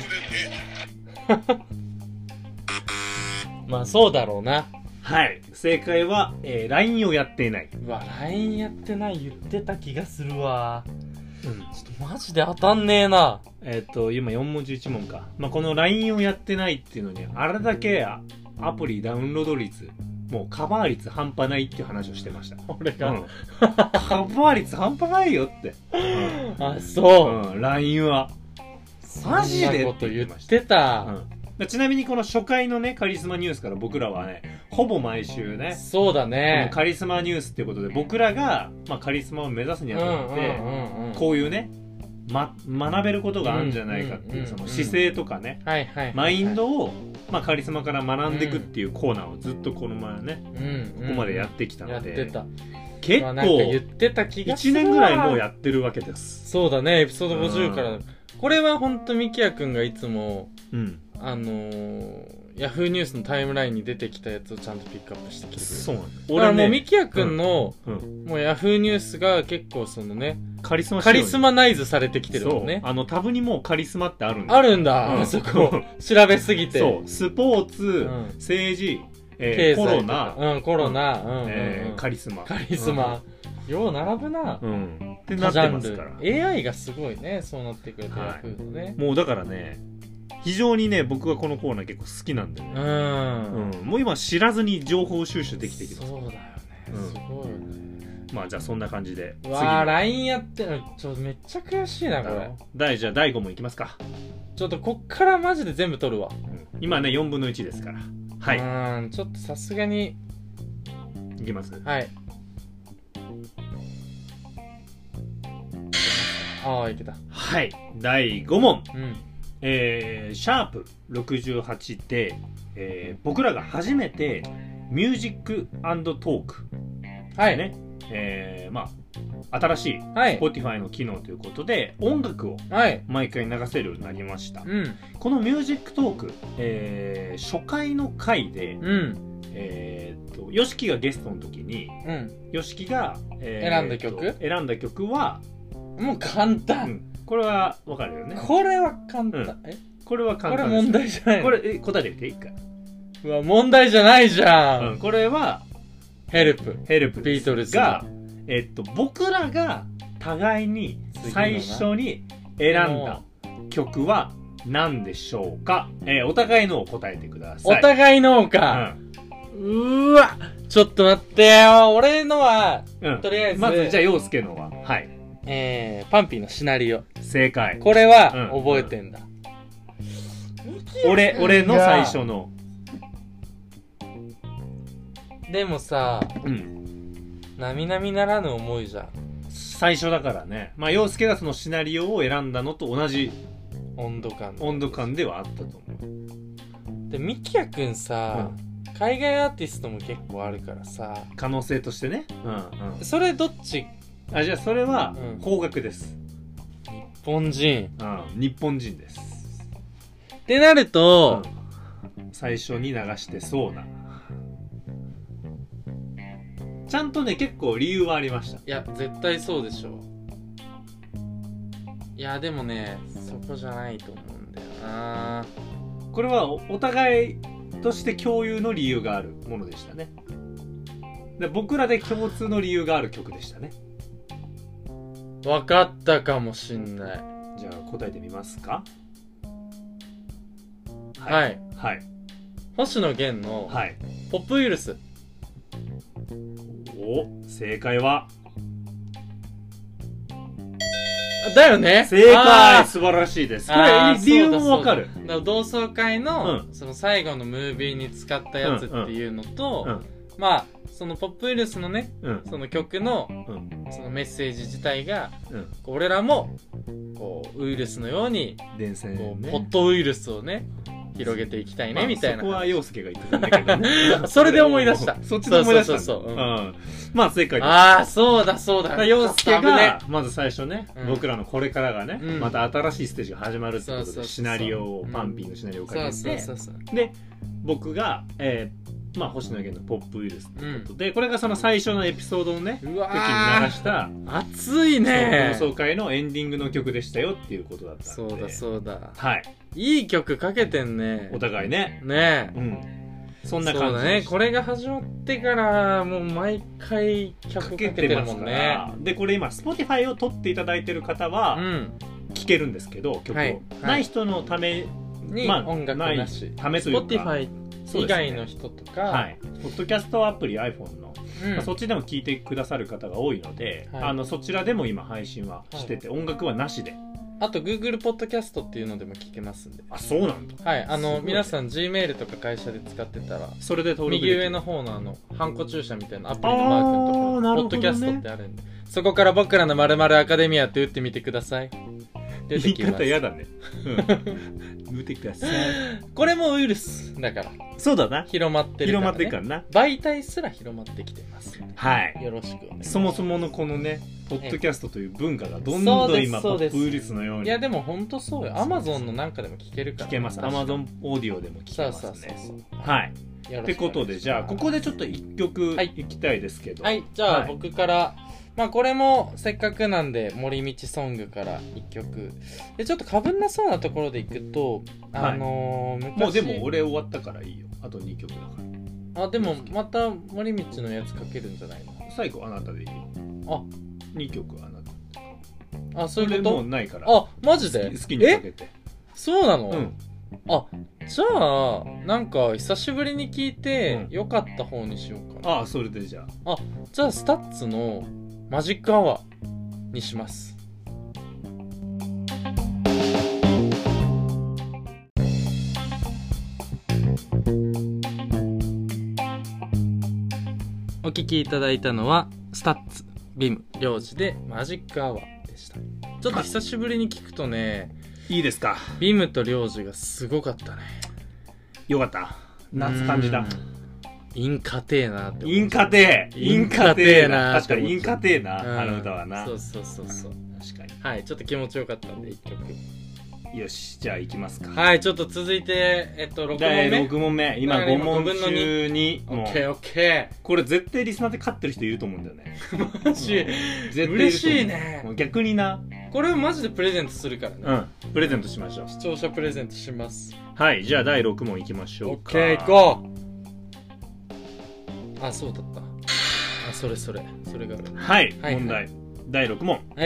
まあそうだろうな。 はい、正解は、LINE をやっていない。 うわ、LINE やってない言ってた気がするわ。ちょっとマジで当たんねえな。 今4文字1問か。まあ、この LINE をやってないっていうのに、あれだけアプリダウンロード率、もうカバー率半端ないっていう話をしてました。 俺が、 カバー率半端ないよって。 あ、そう。 LINE は。マジでそんなこと言ってた。 ちなみにこの初回のね、カリスマニュースから僕らはね、ほぼ毎週ね、 そうだね、 カリスマニュースっていうことで僕らが、まあ、カリスマを目指すにあたって、こういうね、学べることがあるんじゃないかっていう、その姿勢とかね、マインドを、まあ、カリスマから学んでいくっていうコーナーをずっとこの前ね、ここまでやってきたので、 やってた。 結構言ってた気がする。 1年ぐらいもうやってるわけです。 そうだね、エピソード50から。これは本当ミキヤくんがいつも、ヤフーニュースのタイムラインに出てきたやつをちゃんとピックアップしてきてる。 そうなんだ。 だからもうミキヤくんの、もうヤフーニュースが結構そのね、カリスマナイズされてきてるもんね。 タブにもうカリスマってあるんだ。 あるんだ、そこ。調べすぎて。 そう。スポーツ、政治、コロナ、カリスマ。 カリスマ。よう並ぶな。 ってなってますから。 AI がすごいね、そうなってくるとヤフーのね。 もうだからね、非常にね、僕はこのコーナー結構好きなんでね。もう今知らずに情報収集できてきます。 そうだよね。すごいよね。 まあじゃあそんな感じで。 わあ、LINE やってるの、めっちゃ悔しいな、これ。 じゃあ第5問いきますか。 ちょっとこっからマジで全部取るわ。 今ね、4分の1ですから。はい。ちょっとさすがに。 いきます？ はい。ああ、いけた。 はい。第5問。シャープ68で、僕らが初めてミュージック&トークですね。まあ、新しい Spotify の機能ということで、音楽を毎回流せるようになりました。このミュージックトーク、初回の回で、YOSHIKIがゲストの時に、YOSHIKIが、 選んだ曲は、 もう簡単。 これはわかるよね。 これは簡単。 これは簡単です。 これ問題じゃないの？ これ、答えてみて、一回。 うわ、問題じゃないじゃん。 これは、 ヘルプ。 ヘルプビートルズが、僕らが互いに最初に選んだ曲は何でしょうか？お互いのを答えてください。 お互いのか。わ、ちょっと待ってよ。俺のは、とりあえず。 まず、じゃあ、陽介のは。はい。 パンピーのシナリオ。 正解。 これは、覚えてんだ。 俺の最初の。 でもさ、並々ならぬ思いじゃん。 最初だからね。まあ、陽介がそのシナリオを選んだのと同じ温度感ではあったと思う。 で、ミキヤくんさ、海外アーティストも結構あるからさ。 可能性としてね。 それどっち？ じゃあそれは、邦楽です。 日本人。 日本人です。 ってなると、 最初に流してそうな。ちゃんとね、結構理由はありました。 いや、絶対そうでしょ。いや、でもね、そこじゃないと思うんだよな。 これはお互いとして共有の理由があるものでしたね。で、僕らで共通の理由がある曲でしたね。 分かったかもしんない。 じゃあ答えてみますか？ はい。 はい。 星野源のポップウイルス。 正解はだよね。 正解。素晴らしいです。これ理由もわかる。 同窓会のその最後のムービーに使ったやつっていうのと、まあそのポップウイルスのね、その曲のそのメッセージ自体が、俺らもこうウイルスのように伝染ね、 ポットウイルスをね広げていきたいねみたいな。 そこは陽介が言ってたんだけどね。 それで思い出した。 そっちで思い出した。そう。まあ正解です。 ああ、そうだそうだ。 陽介がまず最初ね、僕らのこれからがね、また新しいステージが始まるってことでシナリオをパンピーのシナリオをかけて、で僕がまあ星野源のポップウイルスってことで、これがその最初のエピソードのね時に流した熱いね同窓会のエンディングの曲でしたよっていうことだったんで。 そうだ。 はい。 いい曲かけてんね。 お互いね。そんな感じ。 そうだね。これが始まってからもう毎回曲かけてるもんね。 でこれ今 Spotify を撮っていただいてる方は聴けるんですけど、曲をない人のために音楽なし。 ためというか。 Spotify以外の人とか、 ポッドキャストアプリ iPhone の、そっちでも聞いてくださる方が多いので、そちらでも今配信はしてて、音楽はなしで。 あと Google ポッドキャストっていうのでも聞けますんで。 あ、そうなんだ。 はい、皆さん Gmail とか会社で使ってたら、 それで登録右上の方のハンコ注射みたいなアプリのマークのところ、ポッドキャストってあるんで、そこから僕らの〇〇アカデミアって打ってみてください。 言い方嫌だね。見てください。 これもウイルスだから。 そうだな。 広まってるから、ね。 広まってるからな。 媒体すら広まってきてます。 はい。 よろしくお願いします。 そもそものこのね、ポッドキャストという文化がどんどん今ポップウイルスのように。 いやでも本当そうよ。Amazon のなんかでも聞けるから。 聞けます。Amazon オーディオでも聞けますね。はい。ってことでじゃあここでちょっと一曲いきたいですけど。 はい。じゃあ僕から。まあこれもせっかくなんで森道ソングから一曲で、ちょっとかぶんなそうなところでいくと昔もうでも俺終わったからいいよ。あと2曲だから。でもまた森道のやつかけるんじゃないの？ 最後あなたでいいよ。2曲あなた。そういうこと？ もうないから。 マジで？ 好きにかけて。 そうなの？じゃあなんか久しぶりに聞いて良かった方にしようかな。 それでじゃあ。じゃあスタッツのマジックアワーにします。お聴きいただいたのはスタッツ、ビム、リョウジでマジックアワーでした。ちょっと久しぶりに聞くとね、 いいですか。 ビムとリョウジがすごかったね。 よかった。夏感じだ。 インカテーなってインカテーな。確かにインカテーな、あの歌はな。 そう。 確かに。 はい、ちょっと気持ちよかったんで、一曲。 よし、じゃあ行きますか。 はい、ちょっと続いて、6問目。 6問目。今5問中に。 オッケー。 これ絶対リスナーで勝ってる人いると思うんだよね。 マジ。 絶対嬉しいね。 逆にな、 これをマジでプレゼントするからね。 うん。プレゼントしましょう。 視聴者プレゼントします。 はい。じゃあ第6問いきましょうか。 OK、行こう。あ、そうだった。あ、それがある。 はい。問題。第6問。 はい。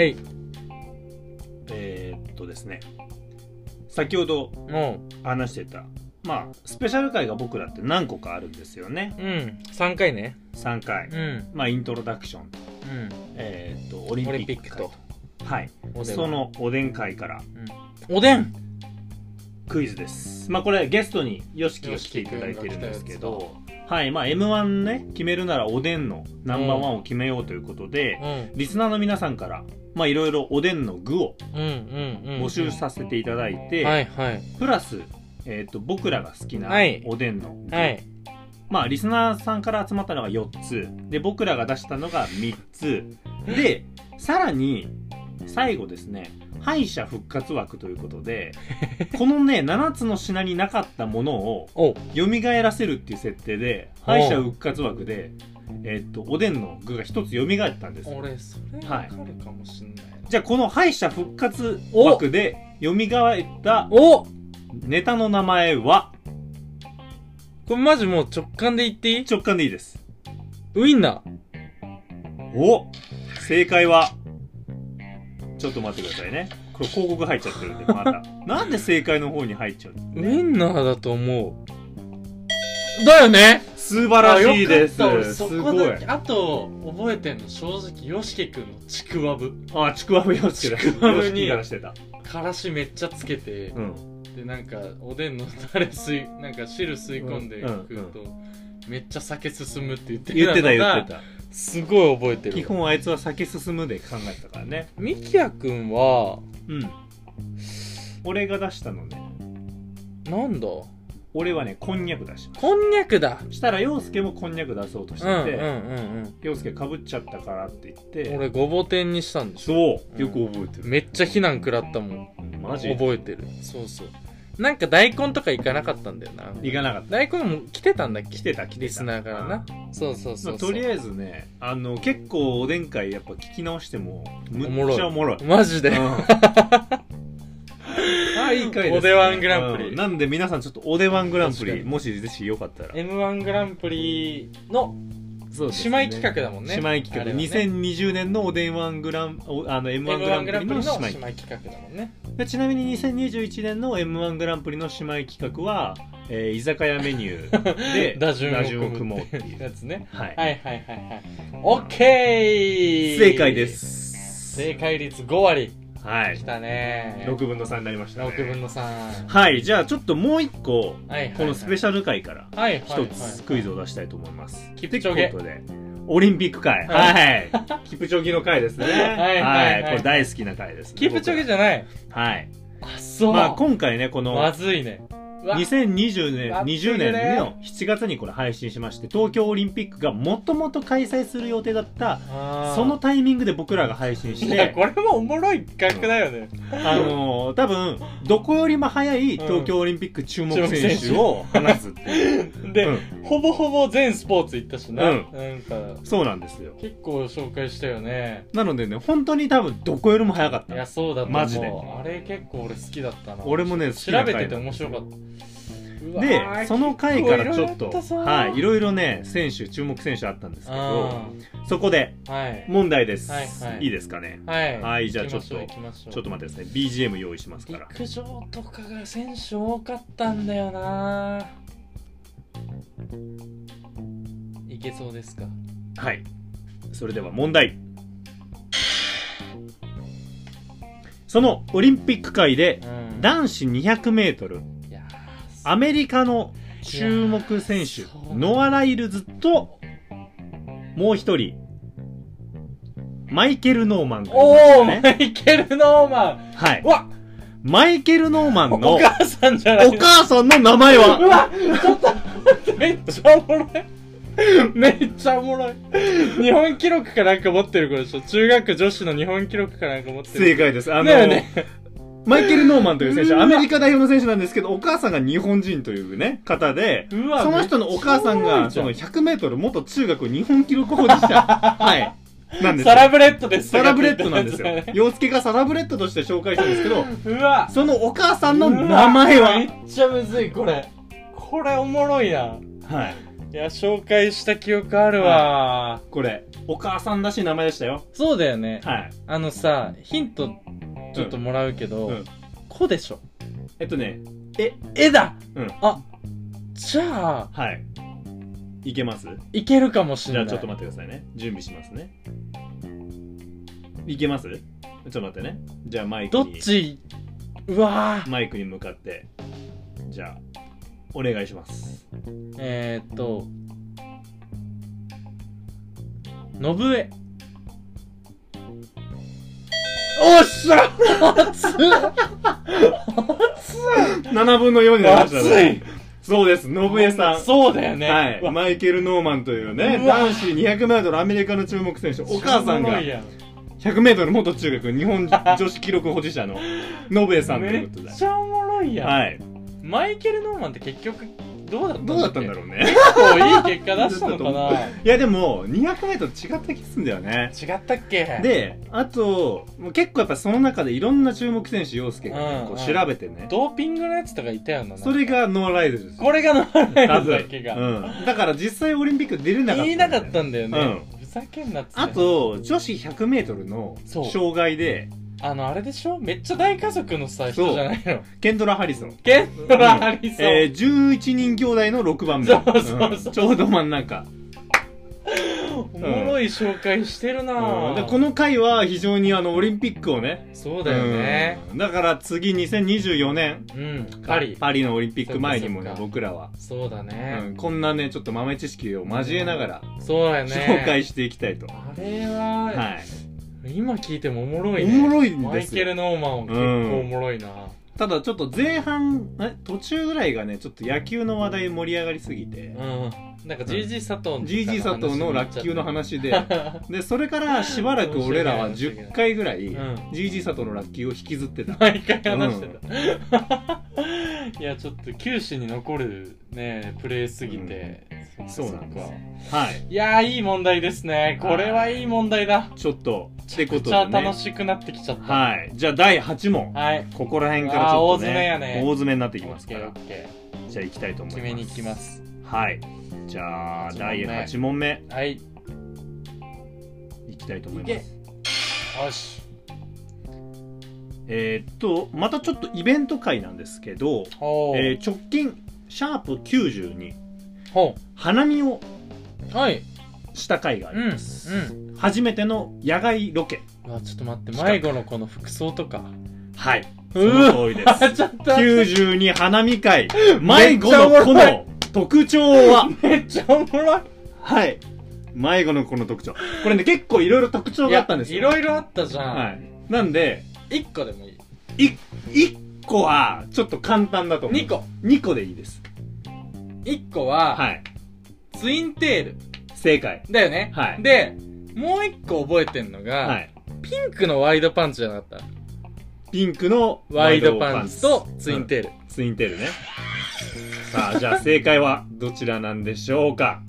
ですね。先ほど話してた、まあ、スペシャル回が僕らって何個かあるんですよね。 うん。3回ね。 3回。うん。まあ、イントロダクションと、うん、オリンピックと。はい。そのおでん会から、 うん、おでんクイズです。まあ、これゲストにYOSHIKIが来ていただいてるんですけど、はい。まあ、M1 ね、決めるならおでんのナンバーワンを決めようということで、うん、リスナーの皆さんから、まあいろいろおでんの具を募集させていただいて、プラス、僕らが好きなおでんの具、はい、まあリスナーさんから集まったのが4つで、僕らが出したのが3つで、さらに最後ですね、敗者復活枠ということでこのね7つの品になかったものを蘇らせるっていう設定で、敗者復活枠でおでんの具が一つ蘇ったんです。 俺それわかるかもしんない、 はい、じゃあこの敗者復活枠で蘇ったネタの名前は、 これマジもう直感で言っていい？ 直感でいいです。 ウインナー。お、正解は、ちょっと待ってくださいね。これ広告入っちゃってるんで、またなんで正解の方に入っちゃうの？ ウインナーだと思う。だよね。 素晴らしいです。 すごい。あと覚えてんの、正直YOSHIKIくんのちくわぶ。 あ、ちくわぶYOSHIKIだ。 ちくわぶにしてた。 からしめっちゃつけて、うん、でなんかおでんのタレなんか汁吸い込んで食うと、めっちゃ酒進むって言ってた。すごい覚えてる。 基本あいつは酒進むで考えてたからね。 みきやくんは、 うん。俺が出したのね。 なんだ。 俺はね、こんにゃく出しました。 こんにゃくだ。 したら陽介もこんにゃく出そうとしてて、陽介かぶっちゃったからって言って、 俺ごぼ天にしたんでしょ。 そう、よく覚えてる。 めっちゃ非難食らったもん。 マジ覚えてる。そうそう。なんか大根とか行かなかったんだよな。 行かなかった。 大根も来てたんだっけ？ 来てた。 リスナーからな。そうそうそう。 とりあえずね、結構おでん会やっぱ聞き直してもむっちゃおもろい。 マジで。 あ、いい回ですね。 おでワングランプリ。 なんで皆さんちょっとおでワングランプリ、もしぜひよかったら。 M1 グランプリの姉妹企画だもんね。 姉妹企画。2020年のおでんワングラン、M1 グランプリの姉妹企画だもんね。 ちなみに2021年の M1 グランプリの姉妹企画は、居酒屋メニューで打順を組もうっていうやつね。 はい。 はいはいはいはい。オッケー！ 正解です。 正解率5割。 はい。 来たねー。 6分の3になりましたね。 6分の3。 はい。じゃあちょっともう一個、このスペシャル回から一つクイズを出したいと思います。 キプチョゲ。 ということで、オリンピック回。はい。キプチョゲの回ですね。はい。これ大好きな回ですね。 キプチョゲじゃない。 はい。 あ、そう。 まあ今回ね、この、 まずいね。 2020年の7月にこれ配信しまして、東京オリンピックがもともと開催する予定だったそのタイミングで僕らが配信して、 いやこれもおもろい企画だよね。 多分どこよりも早い東京オリンピック注目選手を話すっていうで、ほぼほぼ全スポーツ行ったしな、なんかそうなんですよ。 結構紹介したよね。 なのでね、本当に多分どこよりも早かった。 いやそうだと思う。 マジであれ結構俺好きだったな。 俺もね、 調べてて面白かった。 で、その回からちょっと、はい、いろいろね、注目選手あったんですけど、そこで、問題です。いいですかね。はい、じゃあちょっと待ってください。BGM 用意しますから。 陸上とかが選手多かったんだよな。いけそうですか？ はい。それでは問題。そのオリンピック界で、男子200メートル、アメリカの注目選手、ノア・ライルズと、もう一人、マイケル・ノーマンがいましたね。 マイケル・ノーマン。 はい。マイケル・ノーマンのお母さんじゃない。 お母さんの名前は、 うわ、ちょっと待って、めっちゃおもろい。めっちゃおもろい。日本記録かなんか持ってる子でしょ。中学女子の日本記録かなんか持ってる。 正解です。マイケル・ノーマンという選手、アメリカ代表の選手なんですけど、お母さんが日本人というね、方で、その人のお母さんが、その100メートル元中学日本記録保持者。はい。 なんですサラブレッドです。 サラブレッドなんですよ。陽介がサラブレッドとして紹介したんですけど、 うわ、 そのお母さんの名前はめっちゃむずい、これおもろいな。はい。いや、紹介した記憶あるわ、はい。 これ、お母さんらしい名前でしたよ。 そうだよね。 はい。 さ、ヒント、ちょっともらうけど、子でしょ。 絵だ。 うん。 あ、じゃあ、 はい。いけます？ いけるかもしれない。 じゃあちょっと待ってくださいね。準備しますね。いけます？ちょっと待ってね。じゃあマイクに。 どっち？うわマイクに向かって。じゃあ、お願いします。 信江。おっしゃ熱っ 7分の4になりましたね。 熱い。 そうです、信江さん。 そうだよね。 はい。マイケル・ノーマンというね、男子200メートルアメリカの注目選手。お母さんが100メートル元中学日本女子記録保持者の信江さんということで。 めっちゃおもろいやん。 はい。 マイケル・ノーマンって結局、どうだったんだろうね。 結構いい結果出したのかな。 いやでも、200メートル違った気すんだよね。 違ったっけ？ で、あと、もう結構やっぱその中でいろんな注目選手、陽介が、ね、こう調べてね。 ドーピングのやつとかいたよな。 それがノーライドです。 これがノーライドだけが。 だから実際オリンピック出れなかった。 言いなかったんだよね。ふざけんなっつって。 あと、女子100メートルの障害で、 あれでしょ？めっちゃ大家族のさ、人じゃないの？ ケンドラ・ハリソン。 11 人兄弟の6番目。そう。ちょうど真ん中。 おもろい紹介してるなでこの回は非常にオリンピックをね。 そうだよね。 だから次2024年。パリのオリンピック前にもね、僕らは。 そうだね。 こんなね、ちょっと豆知識を交えながら。 そうだよね。 紹介していきたいと。 あれは、はい。今聞いてもおもろいね。おもろいんですよ。 マイケル・ノーマン結構おもろいな。 ただちょっと前半、途中ぐらいがね、ちょっと野球の話題盛り上がりすぎて。 なんか GG 佐藤の落球の話で、で、それからしばらく俺らは10回ぐらい、GG 佐藤の落球を引きずってた。 毎回話してた。いや、ちょっと球史に残るね、プレーすぎて。 そうなんです。はい。 いやー、いい問題ですね。これはいい問題だ。 ちょっと、 ってことでね。めっちゃ楽しくなってきちゃった。 はい。じゃあ第8問。はい。ここら辺からちょっとね。大詰めやね。大詰めになってきますから。じゃあ行きたいと思います。 決めに行きます。 はい。じゃあ、第8問目。 はい。 いきたいと思います。 よし。 またちょっとイベント会なんですけど、直近、シャープ92、花見をした回があります。初めての野外ロケ。 ちょっと待って、迷子のこの服装とか。 はい。その通りです。92花見会。迷子のこの特徴はめっちゃおもろい。 はい。迷子のこの特徴。これね、結構いろいろ特徴があったんですよ。 いろいろあったじゃん。 はい。なんで、 1個でもいい。1個は、ちょっと簡単だと思う。2個でいいです。 1個は、はい。ツインテール。 正解。 だよね。はい。で、もう1個覚えてんのが、はい。ピンクのワイドパンツじゃなかった？ ピンクのワイドパンツとツインテール。 ツインテールね。さあ、じゃあ正解はどちらなんでしょうか？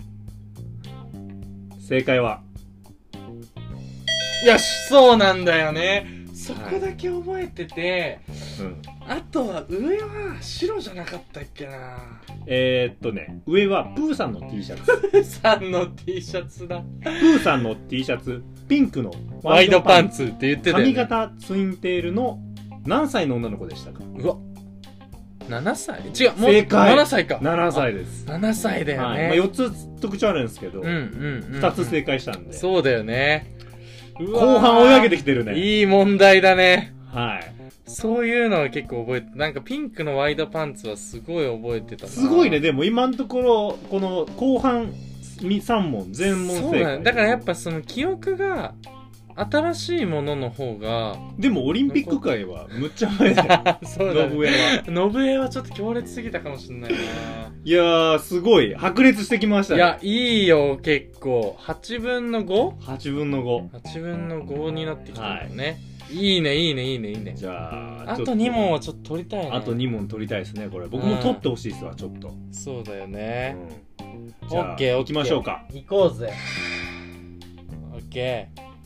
正解は。 よし、そうなんだよね。そこだけ覚えてて、あとは上は白じゃなかったっけな。 上はプーさんの T シャツ。 プーさんの T シャツだ。 プーさんの T シャツ、ピンクのワイドパンツって言ってたよね。 髪型ツインテールの何歳の女の子でしたか？ うわ。7歳？違う、もう正解。 7歳か。 7歳です。 7歳だよね。 4つ特徴あるんですけど、2つ正解したんで。 そうだよね。 後半追い上げてきてるね。 いい問題だね。 はい。 そういうのは結構覚えて、なんかピンクのワイドパンツはすごい覚えてたな。 すごいね。でも今のところ、この後半3問、全問正解。 そうだね。だからやっぱその記憶が、新しいものの方が。 でもオリンピック界はむっちゃ前だよ。 そうだね。信江は。信江はちょっと強烈すぎたかもしれないな。 いやー、すごい。白熱してきましたね。 いや、いいよ、結構。8分の 5？8 分の5。 8分の5になってきたよね。はい、いいね、いいね、いいね、いいね。 じゃあ、 あと2問はちょっと取りたいね。 あと2問取りたいですね、これ。僕も取ってほしいっすわ、ちょっと。 そうだよね。 じゃあ、行きましょうか。 行こうぜ。オッケー。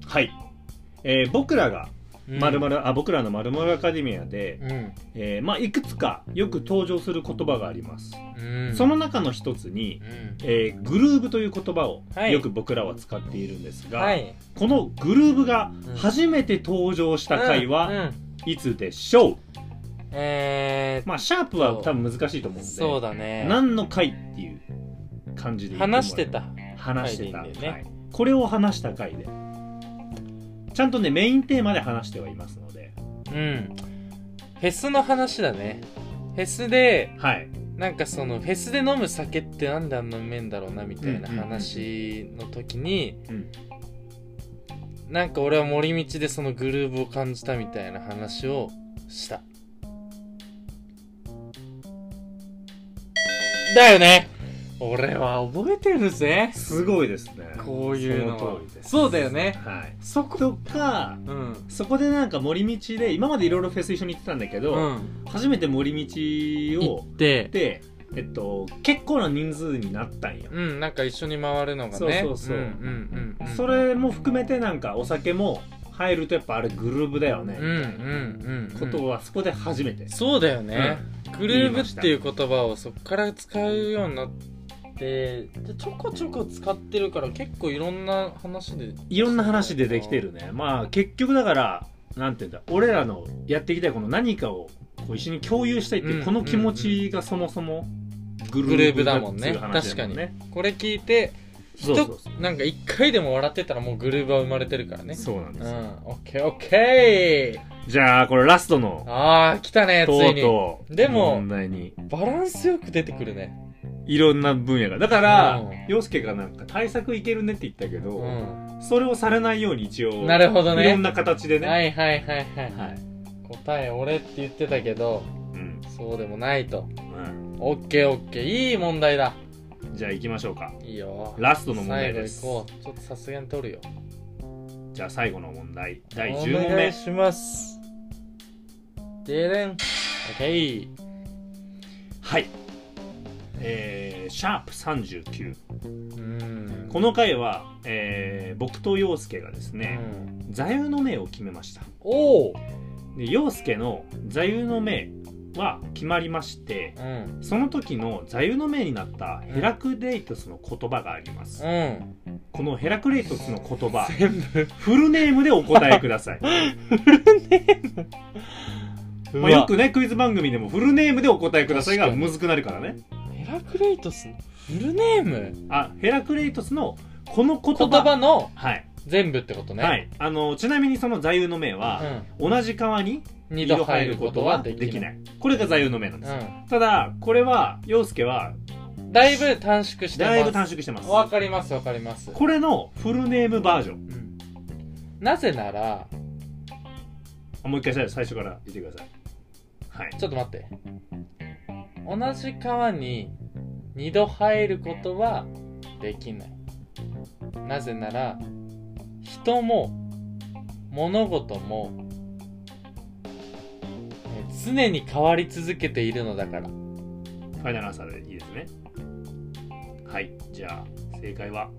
はい。僕らが、僕らの〇〇アカデミアで、まあ、いくつかよく登場する言葉があります。その中の一つに、グルーブという言葉をよく僕らは使っているんですが、このグルーブが初めて登場した回はいつでしょう？まあ、シャープは多分難しいと思うんで、 そうだね。 何の回っていう感じで話してた。 これを話した回で。ちゃんとね、メインテーマで話してはいますので。 フェスの話だね。フェスで、なんかそのフェスで飲む酒ってなんであんなうめえんだろうなみたいな話の時に、なんか俺は森道でそのグルーブを感じたみたいな話をした。だよね。俺は覚えてるぜ。 すごいですね。 こういうのは。そうだよね。 そことか、そこでなんか森道で、今までいろいろフェス一緒に行ってたんだけど、初めて森道を行って、結構な人数になったんよ。 なんか一緒に回るのがね。 それも含めてなんかお酒も入るとやっぱあれグルーブだよね。ことはそこで初めて。 そうだよね。グルーブっていう言葉をそこから使うようになって、でちょこちょこ使ってるから結構いろんな話でできてるね。まあ結局だからなんていうんだ、俺らのやっていきたいこの何かをこう一緒に共有したいっていうこの気持ちがそもそもグルーブだもんね。確かにこれ聞いてなんか一回でも笑ってたらもうグルーブは生まれてるからね。 そうなんですよ。 オッケーオッケー。じゃあこれラストの来たね。ついにでも問題にバランスよく出てくるね。 いろんな分野が。だから、陽介がなんか対策いけるねって言ったけど、それをされないように一応、 なるほどね。 いろんな形でね。 答え俺って言ってたけど、そうでもないと。オッケーオッケー。いい問題だ。 じゃあ行きましょうか。 いいよ。 ラストの問題です。 最後行こう。ちょっとさすがに取るよ。 じゃあ最後の問題。第10問目。 お願いします。でれん。オッケー。 はい。シャープ39。この回は、僕と陽介がですね、座右の銘を決めました。で陽介の座右の銘は決まりまして、その時の座右の銘になったヘラクレイトスの言葉があります。このヘラクレイトスの言葉、フルネームでお答えください。 フルネーム、 まあよくね、クイズ番組でもフルネームでお答えくださいがむずくなるからね。 ヘラクレイトスのフルネーム？ ヘラクレイトスのこの言葉の全部ってことね。 はい。ちなみにその座右の銘は、同じ川に二度入ることはできない。これが座右の銘なんです。ただ、これは、陽介は、 だいぶ短縮してます。 だいぶ短縮してます。 わかりますわかります。 これのフルネームバージョン。 なぜなら、 もう一回最初から言ってください。はい。 ちょっと待って。同じ川に二度入ることはできない。なぜなら人も物事も常に変わり続けているのだから。ファイナルアンサーでいいですね。はい、じゃあ正解は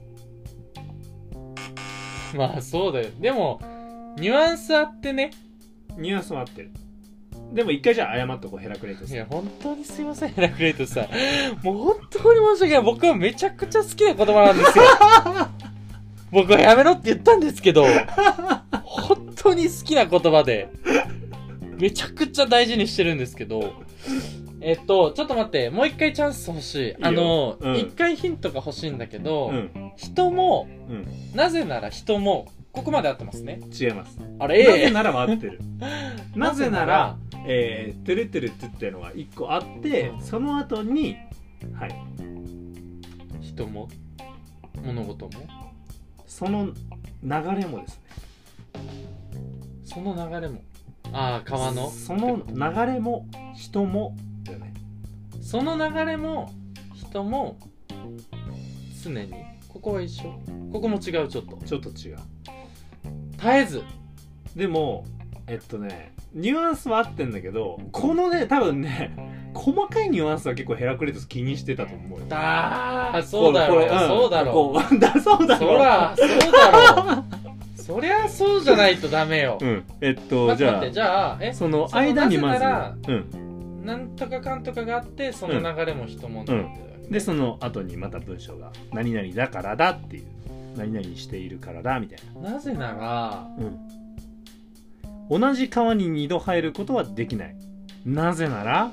まあそうだよ。でもニュアンスあってね。 ニュアンスは合ってる。でも一回じゃあ謝っとこう、ヘラクレイトス。 いや本当にすいません、ヘラクレイトスさん。もう本当に申し訳ない。僕はめちゃくちゃ好きな言葉なんですよ。僕はやめろって言ったんですけど、本当に好きな言葉でめちゃくちゃ大事にしてるんですけど、ちょっと待って、もう一回チャンス欲しい。一回ヒントが欲しいんだけど、人も、なぜなら人も、ここまで合ってますね。 違います。 あれ、 なぜならは合ってる。なぜなら、トゥルトゥルトゥっていうのが一個あって、その後に、はい。 人も、物事も、 その流れもですね。 その流れも。ああ、川の。 その流れも、人も、だよね。 その流れも、人も、常に。ここは一緒。ここも違う、ちょっと。 ちょっと違う。 絶えず。 でも、ニュアンスは合ってんだけど、このね、多分ね、細かいニュアンスは結構ヘラクレイトス気にしてたと思うよ。 そうだろう。そうだろう。 そうだろう。 そうだろう。 そりゃそうじゃないとダメよ。 じゃあその間にまずなんとかかんとかがあってその流れも一文字になってるわけ、 でその後にまた文章が何々だからだっていう、何々しているからだみたいな。なぜなら、 同じ川に2度入ることはできない。なぜなら、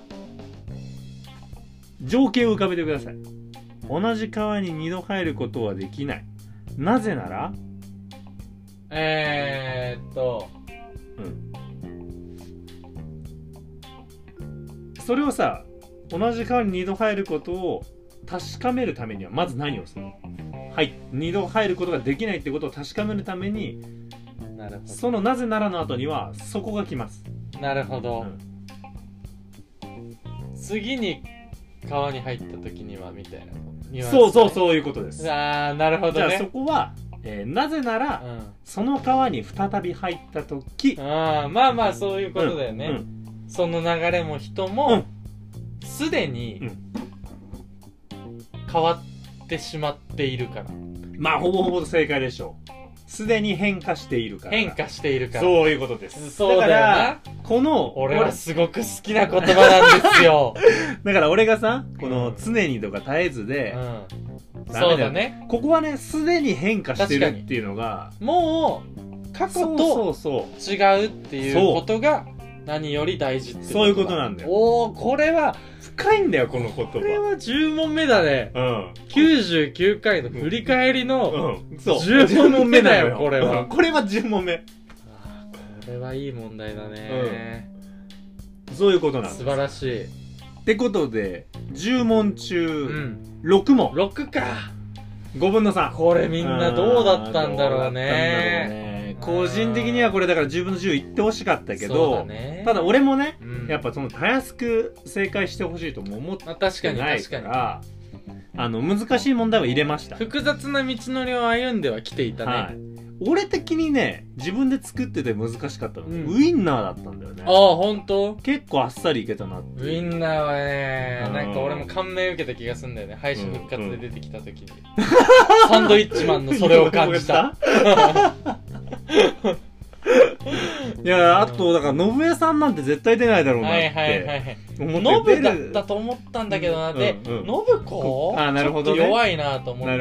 情景を浮かべてください。同じ川に2度入ることはできない。なぜなら、それをさ、同じ川に2度入ることを確かめるためにはまず何をするの？はい、2度入ることができないってことを確かめるために、 なるほど、 そのなぜならの後にはそこが来ます。 なるほど、次に川に入った時にはみたいな、 そういうことです。 なるほどね。 じゃあそこは、なぜなら、その川に再び入った時、 まあそういうことだよね、その流れも人もすでに変わってしまっているから、 まあほぼほぼ正解でしょう。すでに変化しているから。 変化しているから。 そういうことです。 そうだよな。だからこの俺はすごく好きな言葉なんですよ。 だから俺がさ、この常にとか絶えずで、 そうだね。 ここはね、すでに変化してるっていうのが、 もう過去と違うっていうことが何より大事ってことだ。 そういうことなんだよ。 おー、これは深いんだよ、この言葉。 これは10問目だね。99回の振り返りの10問目だよ、これは。 これは10問目。 これはいい問題だね。 そういうことなんです。 素晴らしい。 ってことで、10問中6問。 6か。 5分の3。 これみんなどうだったんだろうね。 個人的にはこれだから10分の10いってほしかったけど、ただ俺もね、やっぱそのたやすく正解してほしいとも思ってないから、難しい問題は入れました。 複雑な道のりを歩んではきていたね。 俺的にね、自分で作ってて難しかったの、ウインナーだったんだよね。 ああ、ほんと？ 結構あっさりいけたなって。 ウインナーはね、なんか俺も感銘受けた気がするんだよね。敗者復活で出てきた時に。サンドイッチマンのそれを感じた。 いや、あとだから信江さんなんて絶対出ないだろうなってノブだったと思ったんだけどな。で、信子なるほど、 ちょっと弱いなと思って、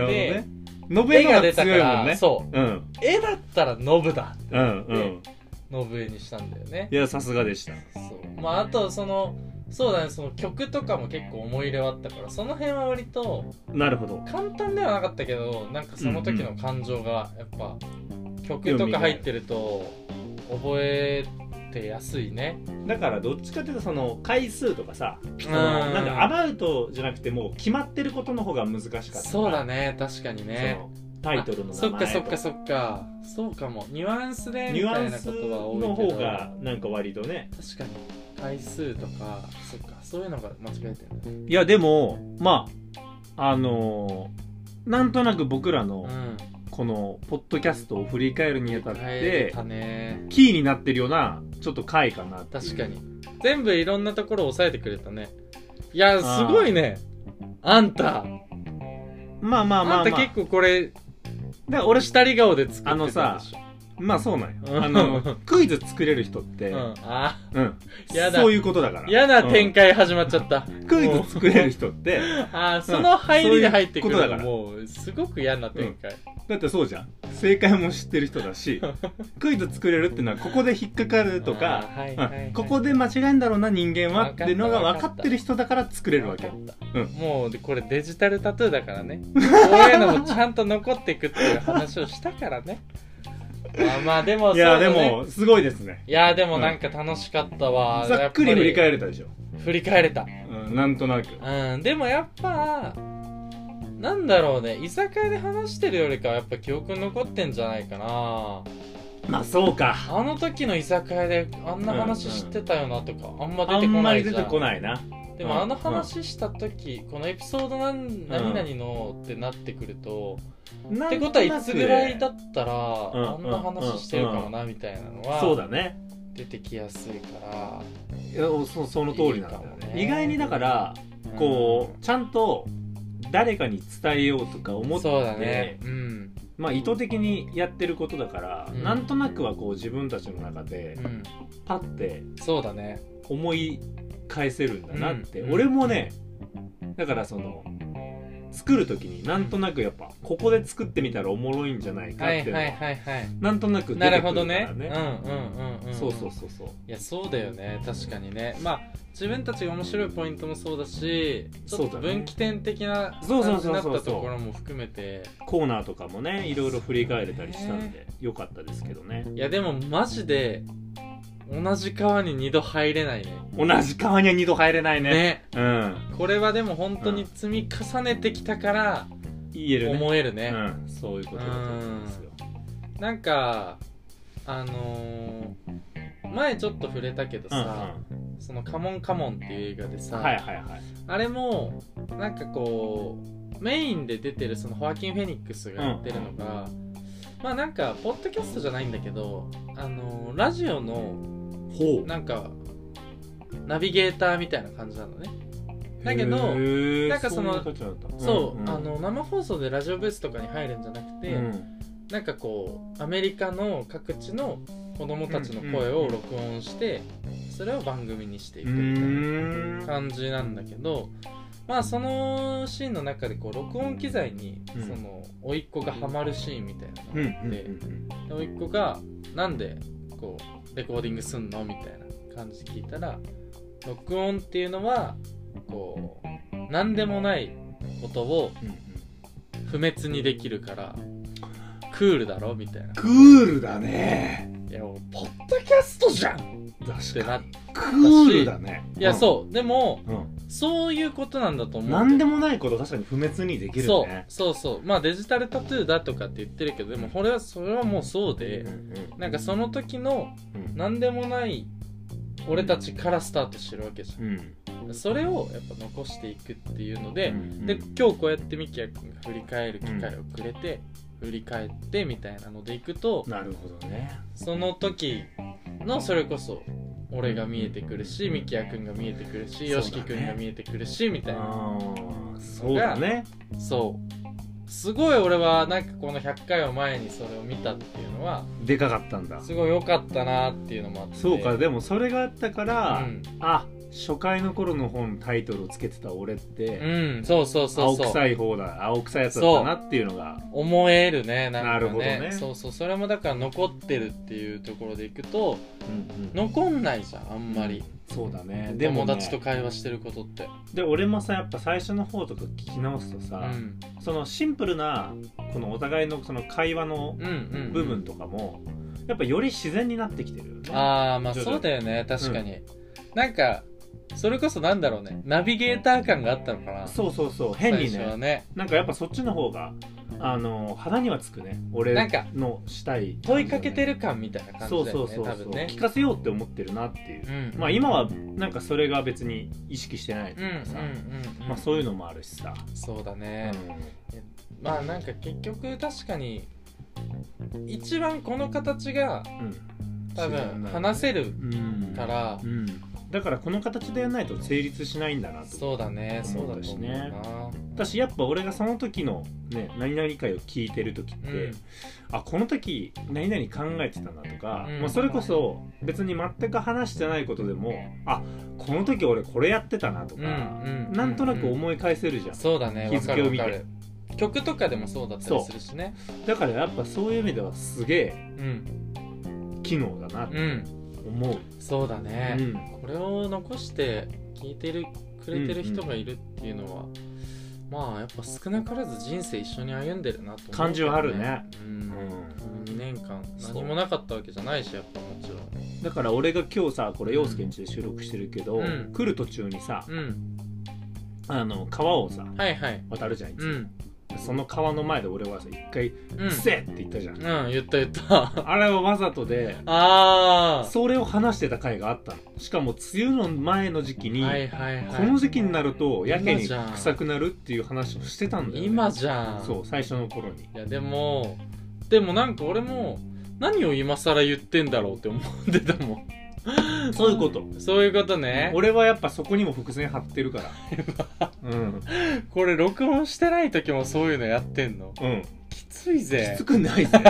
絵が出たからね。 そう。絵だったらノブだって思って、ノブ絵にしたんだよね。 いや、さすがでした。 そう。まあ、あとそうだね、その曲とかも結構思い入れはあったから、その辺は割と、 なるほど。 簡単ではなかったけど、なんかその時の感情が、やっぱ、曲とか入ってると、覚えてやすいね。 だからどっちかっていうとその回数とかさ、なんかアバウトじゃなくてもう決まってることの方が難しかった。 そうだね、確かにね。 タイトルの名前とか。そっか。そうかも。ニュアンスでみたいなことは多いけど。 の方がなんか割とね。 確かに。回数とか、そっか、そういうのが間違えてるね。 いやでも、まあ、なんとなく僕らの、このポッドキャストを振り返るにあたって、キーになってるようなちょっと回かな。 確かに全部いろんなところを抑えてくれたね。いや、すごいね、あんた。 まああんた結構これ俺下り顔で作ってたでしょ。 まあそうなんよ。クイズ作れる人って、そういうことだから。 嫌な展開始まっちゃった。 クイズ作れる人って、 その入りで入ってくるのもうすごく嫌な展開。 だってそうじゃん。正解も知ってる人だし、クイズ作れるっていうのはここで引っかかるとか、ここで間違いんだろうな人間はっていうのが分かってる人だから作れるわけ。 もうこれデジタルタトゥーだからね。こういうのもちゃんと残っていくっていう話をしたからね。まあでも、 いやでもすごいですね。 いやでもなんか楽しかったわ。 ざっくり振り返れたでしょ。 振り返れた。 なんとなく。 でもやっぱなんだろうね、居酒屋で話してるよりかはやっぱ記憶に残ってんじゃないかな。 まあそうか。 あの時の居酒屋であんな話してたよなとかあんま出てこないじゃん。 あんまり出てこないな。 でもあの話した時、このエピソード何々のってなってくると、ってことはいつぐらいだったらあんな話してるかもなみたいなのはそうだね、 出てきやすいから。 いやその通りなんだよね。意外にだからこうちゃんと誰かに伝えようとか思ってまあ意図的にやってることだから、なんとなくはこう自分たちの中でパッてそうだね思い返せるんだなって、俺もねだからその作る時になんとなくやっぱここで作ってみたらおもろいんじゃないかっていうのはなんとなく出てくるからね。なるほどね。そうそうそうそう。 いやそうだよね、確かにね。まあ自分たちが面白いポイントもそうだし、ちょっと分岐点的な感じになったところも含めてコーナーとかもねいろいろ振り返れたりしたんでよかったですけどね。 いやでもマジで同じ川に2度入れないね。 同じ川には2度入れないね。 うん。これはでも本当に積み重ねてきたから言えるね。 思えるね。 そういうことだと思いますよ。 なんか前ちょっと触れたけどさ、そのカモンカモンっていう映画でさ、あれもなんかこうメインで出てるそのホアキン・フェニックスがやってるのが、まあなんかポッドキャストじゃないんだけど、ラジオのなんかナビゲーターみたいな感じなのね。だけどなんかその生放送でラジオブースとかに入るんじゃなくて、なんかこうアメリカの各地の子供たちの声を録音してそれを番組にしていくみたいな感じなんだけど、まあそのシーンの中でこう録音機材にその甥っ子がハマるシーンみたいなのがあって、甥っ子がなんでこうレコーディングすんのみたいな感じで聞いたら、録音っていうのはこう何でもないことを不滅にできるからクールだろみたいな。 クールだね。 いやもうポッドキャストじゃんってなったし、 クールだね。 いやそうでも、そういうことなんだと思う。 何でもないことを確かに不滅にできるね。 そうまあデジタルタトゥーだとかって言ってるけど、でもそれはもうそうで、なんかその時の何でもない俺たちからスタートしてるわけじゃん、それをやっぱ残していくっていうので、で今日こうやってミキヤ君が振り返る機会をくれて、振り返ってみたいなのでいくと、 なるほどね、 その時のそれこそ俺が見えてくるし、ミキヤ君が見えてくるし、ヨシキ君が見えてくるしみたいな。 そうだね。 そうすごい俺はなんかこの100回を前にそれを見たっていうのはでかかったんだ。 すごい良かったなっていうのもあって。 そうか、でもそれがあったから、あ、初回の頃の本タイトルをつけてた俺って、 そう青臭い方だ、青臭いやつだったなっていうのが思えるね。なんかね、 なるほどね。 そうそれもだから残ってるっていうところでいくと、残んないじゃんあんまり。 そうだね。 でも友達と会話してることってで、俺もさやっぱ最初の方とか聞き直すとさ、そのシンプルなこのお互いのその会話の部分とかもやっぱより自然になってきてるよね。 まあそうだよね、確かに。なんかそれこそなんだろうね、ナビゲーター感があったのかな。 そう変にね、なんかやっぱそっちの方が肌にはつくね。俺のしたい問いかけてる感みたいな感じだよね。多分ね、 聞かせようって思ってるなっていう、まあ今はなんかそれが別に意識してないというかさ、まあそういうのもあるしさ。 そうだね、まあなんか結局確かに一番この形が多分話せるから、 だからこの形でやらないと成立しないんだなと。 そうだね、そうだしね。 私やっぱ俺がその時のね何々会を聞いてる時って、あ、この時何々考えてたなとか、まあそれこそ別に全く話してないことでも、あ、この時俺これやってたなとか、なんとなく思い返せるじゃん。 そうだね、 日付を見て。 曲とかでもそうだったりするしね。 だからやっぱそういう意味ではすげえ機能だなって思う。 そうだね、これを残して聞いてくれてる人がいるっていうのは、まあやっぱ少なからず人生一緒に歩んでるなと思う、ね、 感じはあるね。 2年間何もなかったわけじゃないし、やっぱもちろん。だから俺が今日さこれ陽介ん家で収録してるけど、来る途中にさ、川をさ、渡るじゃんいつも。その川の前で俺はさ一回「くせ!」って言ったじゃん。 言ったあれはわざとで、それを話してた回があったの。しかも梅雨の前の時期に、この時期になるとやけに臭くなるっていう話をしてたんだよね。 今じゃん。 そう最初の頃に。 いやでもなんか俺も何を今更言ってんだろうって思ってたもん。 そういうことそういうことね。 俺はやっぱそこにも伏線張ってるからこれ録音してない時もそういうのやってんの。 きついぜ。 きつくないぜ。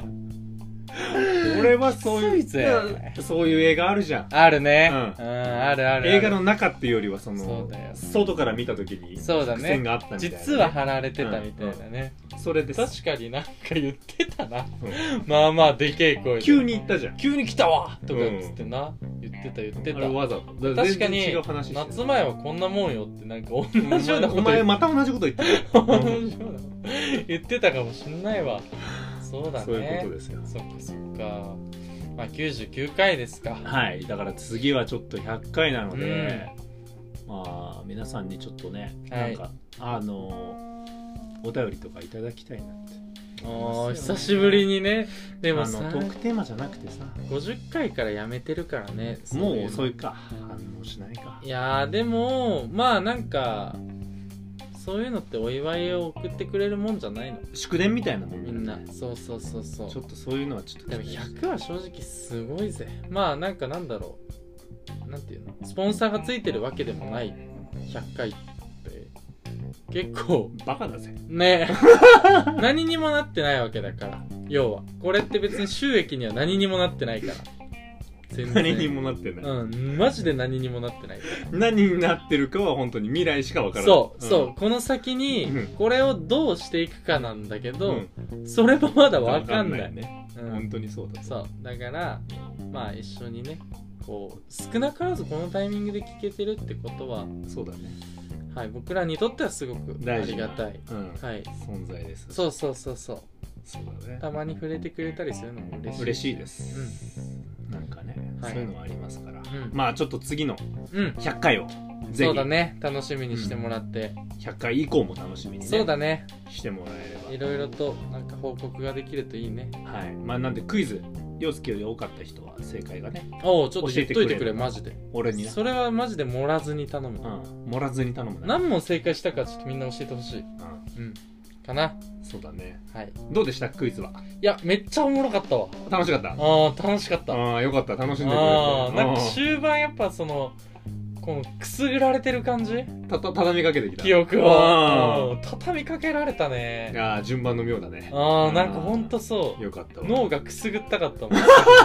俺はそういう映画あるじゃん。 あるね。あるある。 映画の中っていうよりは外から見た時にそうだね。 線があったみたいな、 実は貼られてたみたいなね。 それです。 確かになんか言ってたな。まあまあでけえ声で。 急に言ったじゃん。 急に来たわとかっつってな。言ってた。あれわざと。 確かに夏前はこんなもんよってなんか同じようなこと。 お前また同じこと言ってた。言ってたかもしんないわ。そうだね。 そういうことですよ。 そっか。まあ99回ですか。 はい。だから次はちょっと100回なので、まあ皆さんにちょっとね、なんかお便りとかいただきたいなって。 久しぶりにね。でもさ、 トークテーマじゃなくてさ、 50回からやめてるからね。 もう遅いか。反応しないか。 いやでもまあなんかそういうのってお祝いを送ってくれるもんじゃないの？ 祝電みたいなもん、 みんな。そうちょっとそういうのはちょっと。 でも100は正直すごいぜ。まあなんかなんだろう、なんていうの、スポンサーがついてるわけでもない100回って結構バカだぜね。何にもなってないわけだから。要はこれって別に収益には何にもなってないから。 何にもなってない。 マジで何にもなってない。 何になってるかは本当に未来しか分からない。 そう、この先にこれをどうしていくかなんだけど、それもまだ分かんないね。本当にそうだ。 そうだからまあ一緒にね、こう少なからずこのタイミングで聞けてるってことは、 そうだね。 はい、僕らにとってはすごくありがたい、 はい、存在です。 そうそうだね。 たまに触れてくれたりするのも嬉しいです。なんかね、そういうのはありますから、まあちょっと次の100回をぜひ、 そうだね、楽しみにしてもらって、 100回以降も楽しみにそうだねしてもらえれば、 いろいろとなんか報告ができるといいね。 はい。まあなんでクイズ、陽介より多かった人は正解がね、 ちょっと言っといてくれ、マジで。 俺にね。 それはマジで盛らずに頼む。 盛らずに頼む。 何問正解したかちょっとみんな教えてほしい。かな。 そうだね。 はい。 どうでしたクイズは？いや、めっちゃおもろかったわ。 楽しかった。 楽しかった。 よかった。楽しんでくれた。 なんか終盤やっぱこのくすぐられてる感じ？ 畳みかけてきた。 記憶を。畳みかけられたね。 いや、順番の妙だね。 なんかほんとそう。 よかったわ。 脳がくすぐったかったもん。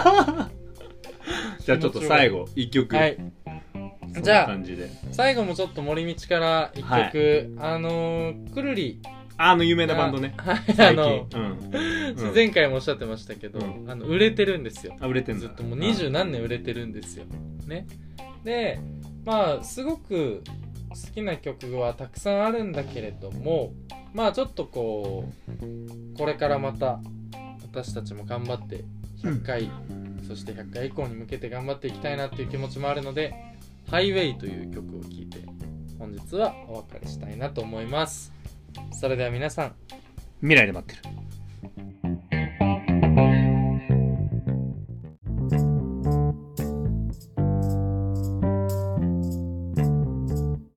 じゃあちょっと最後、一曲。 はい。じゃあ、最後もちょっと森道から一曲、くるり。 有名なバンドね。 前回もおっしゃってましたけど、売れてるんですよ。 売れてんだ。 ずっともう20何年売れてるんですよ。ね。で、まあ、すごく好きな曲はたくさんあるんだけれども、まあちょっとこれからまた私たちも頑張って100回、そして100回以降に向けて頑張っていきたいなっていう気持ちもあるので、ハイウェイという曲を聴いて本日はお別れしたいなと思います。それでは皆さん、 未来で待ってる。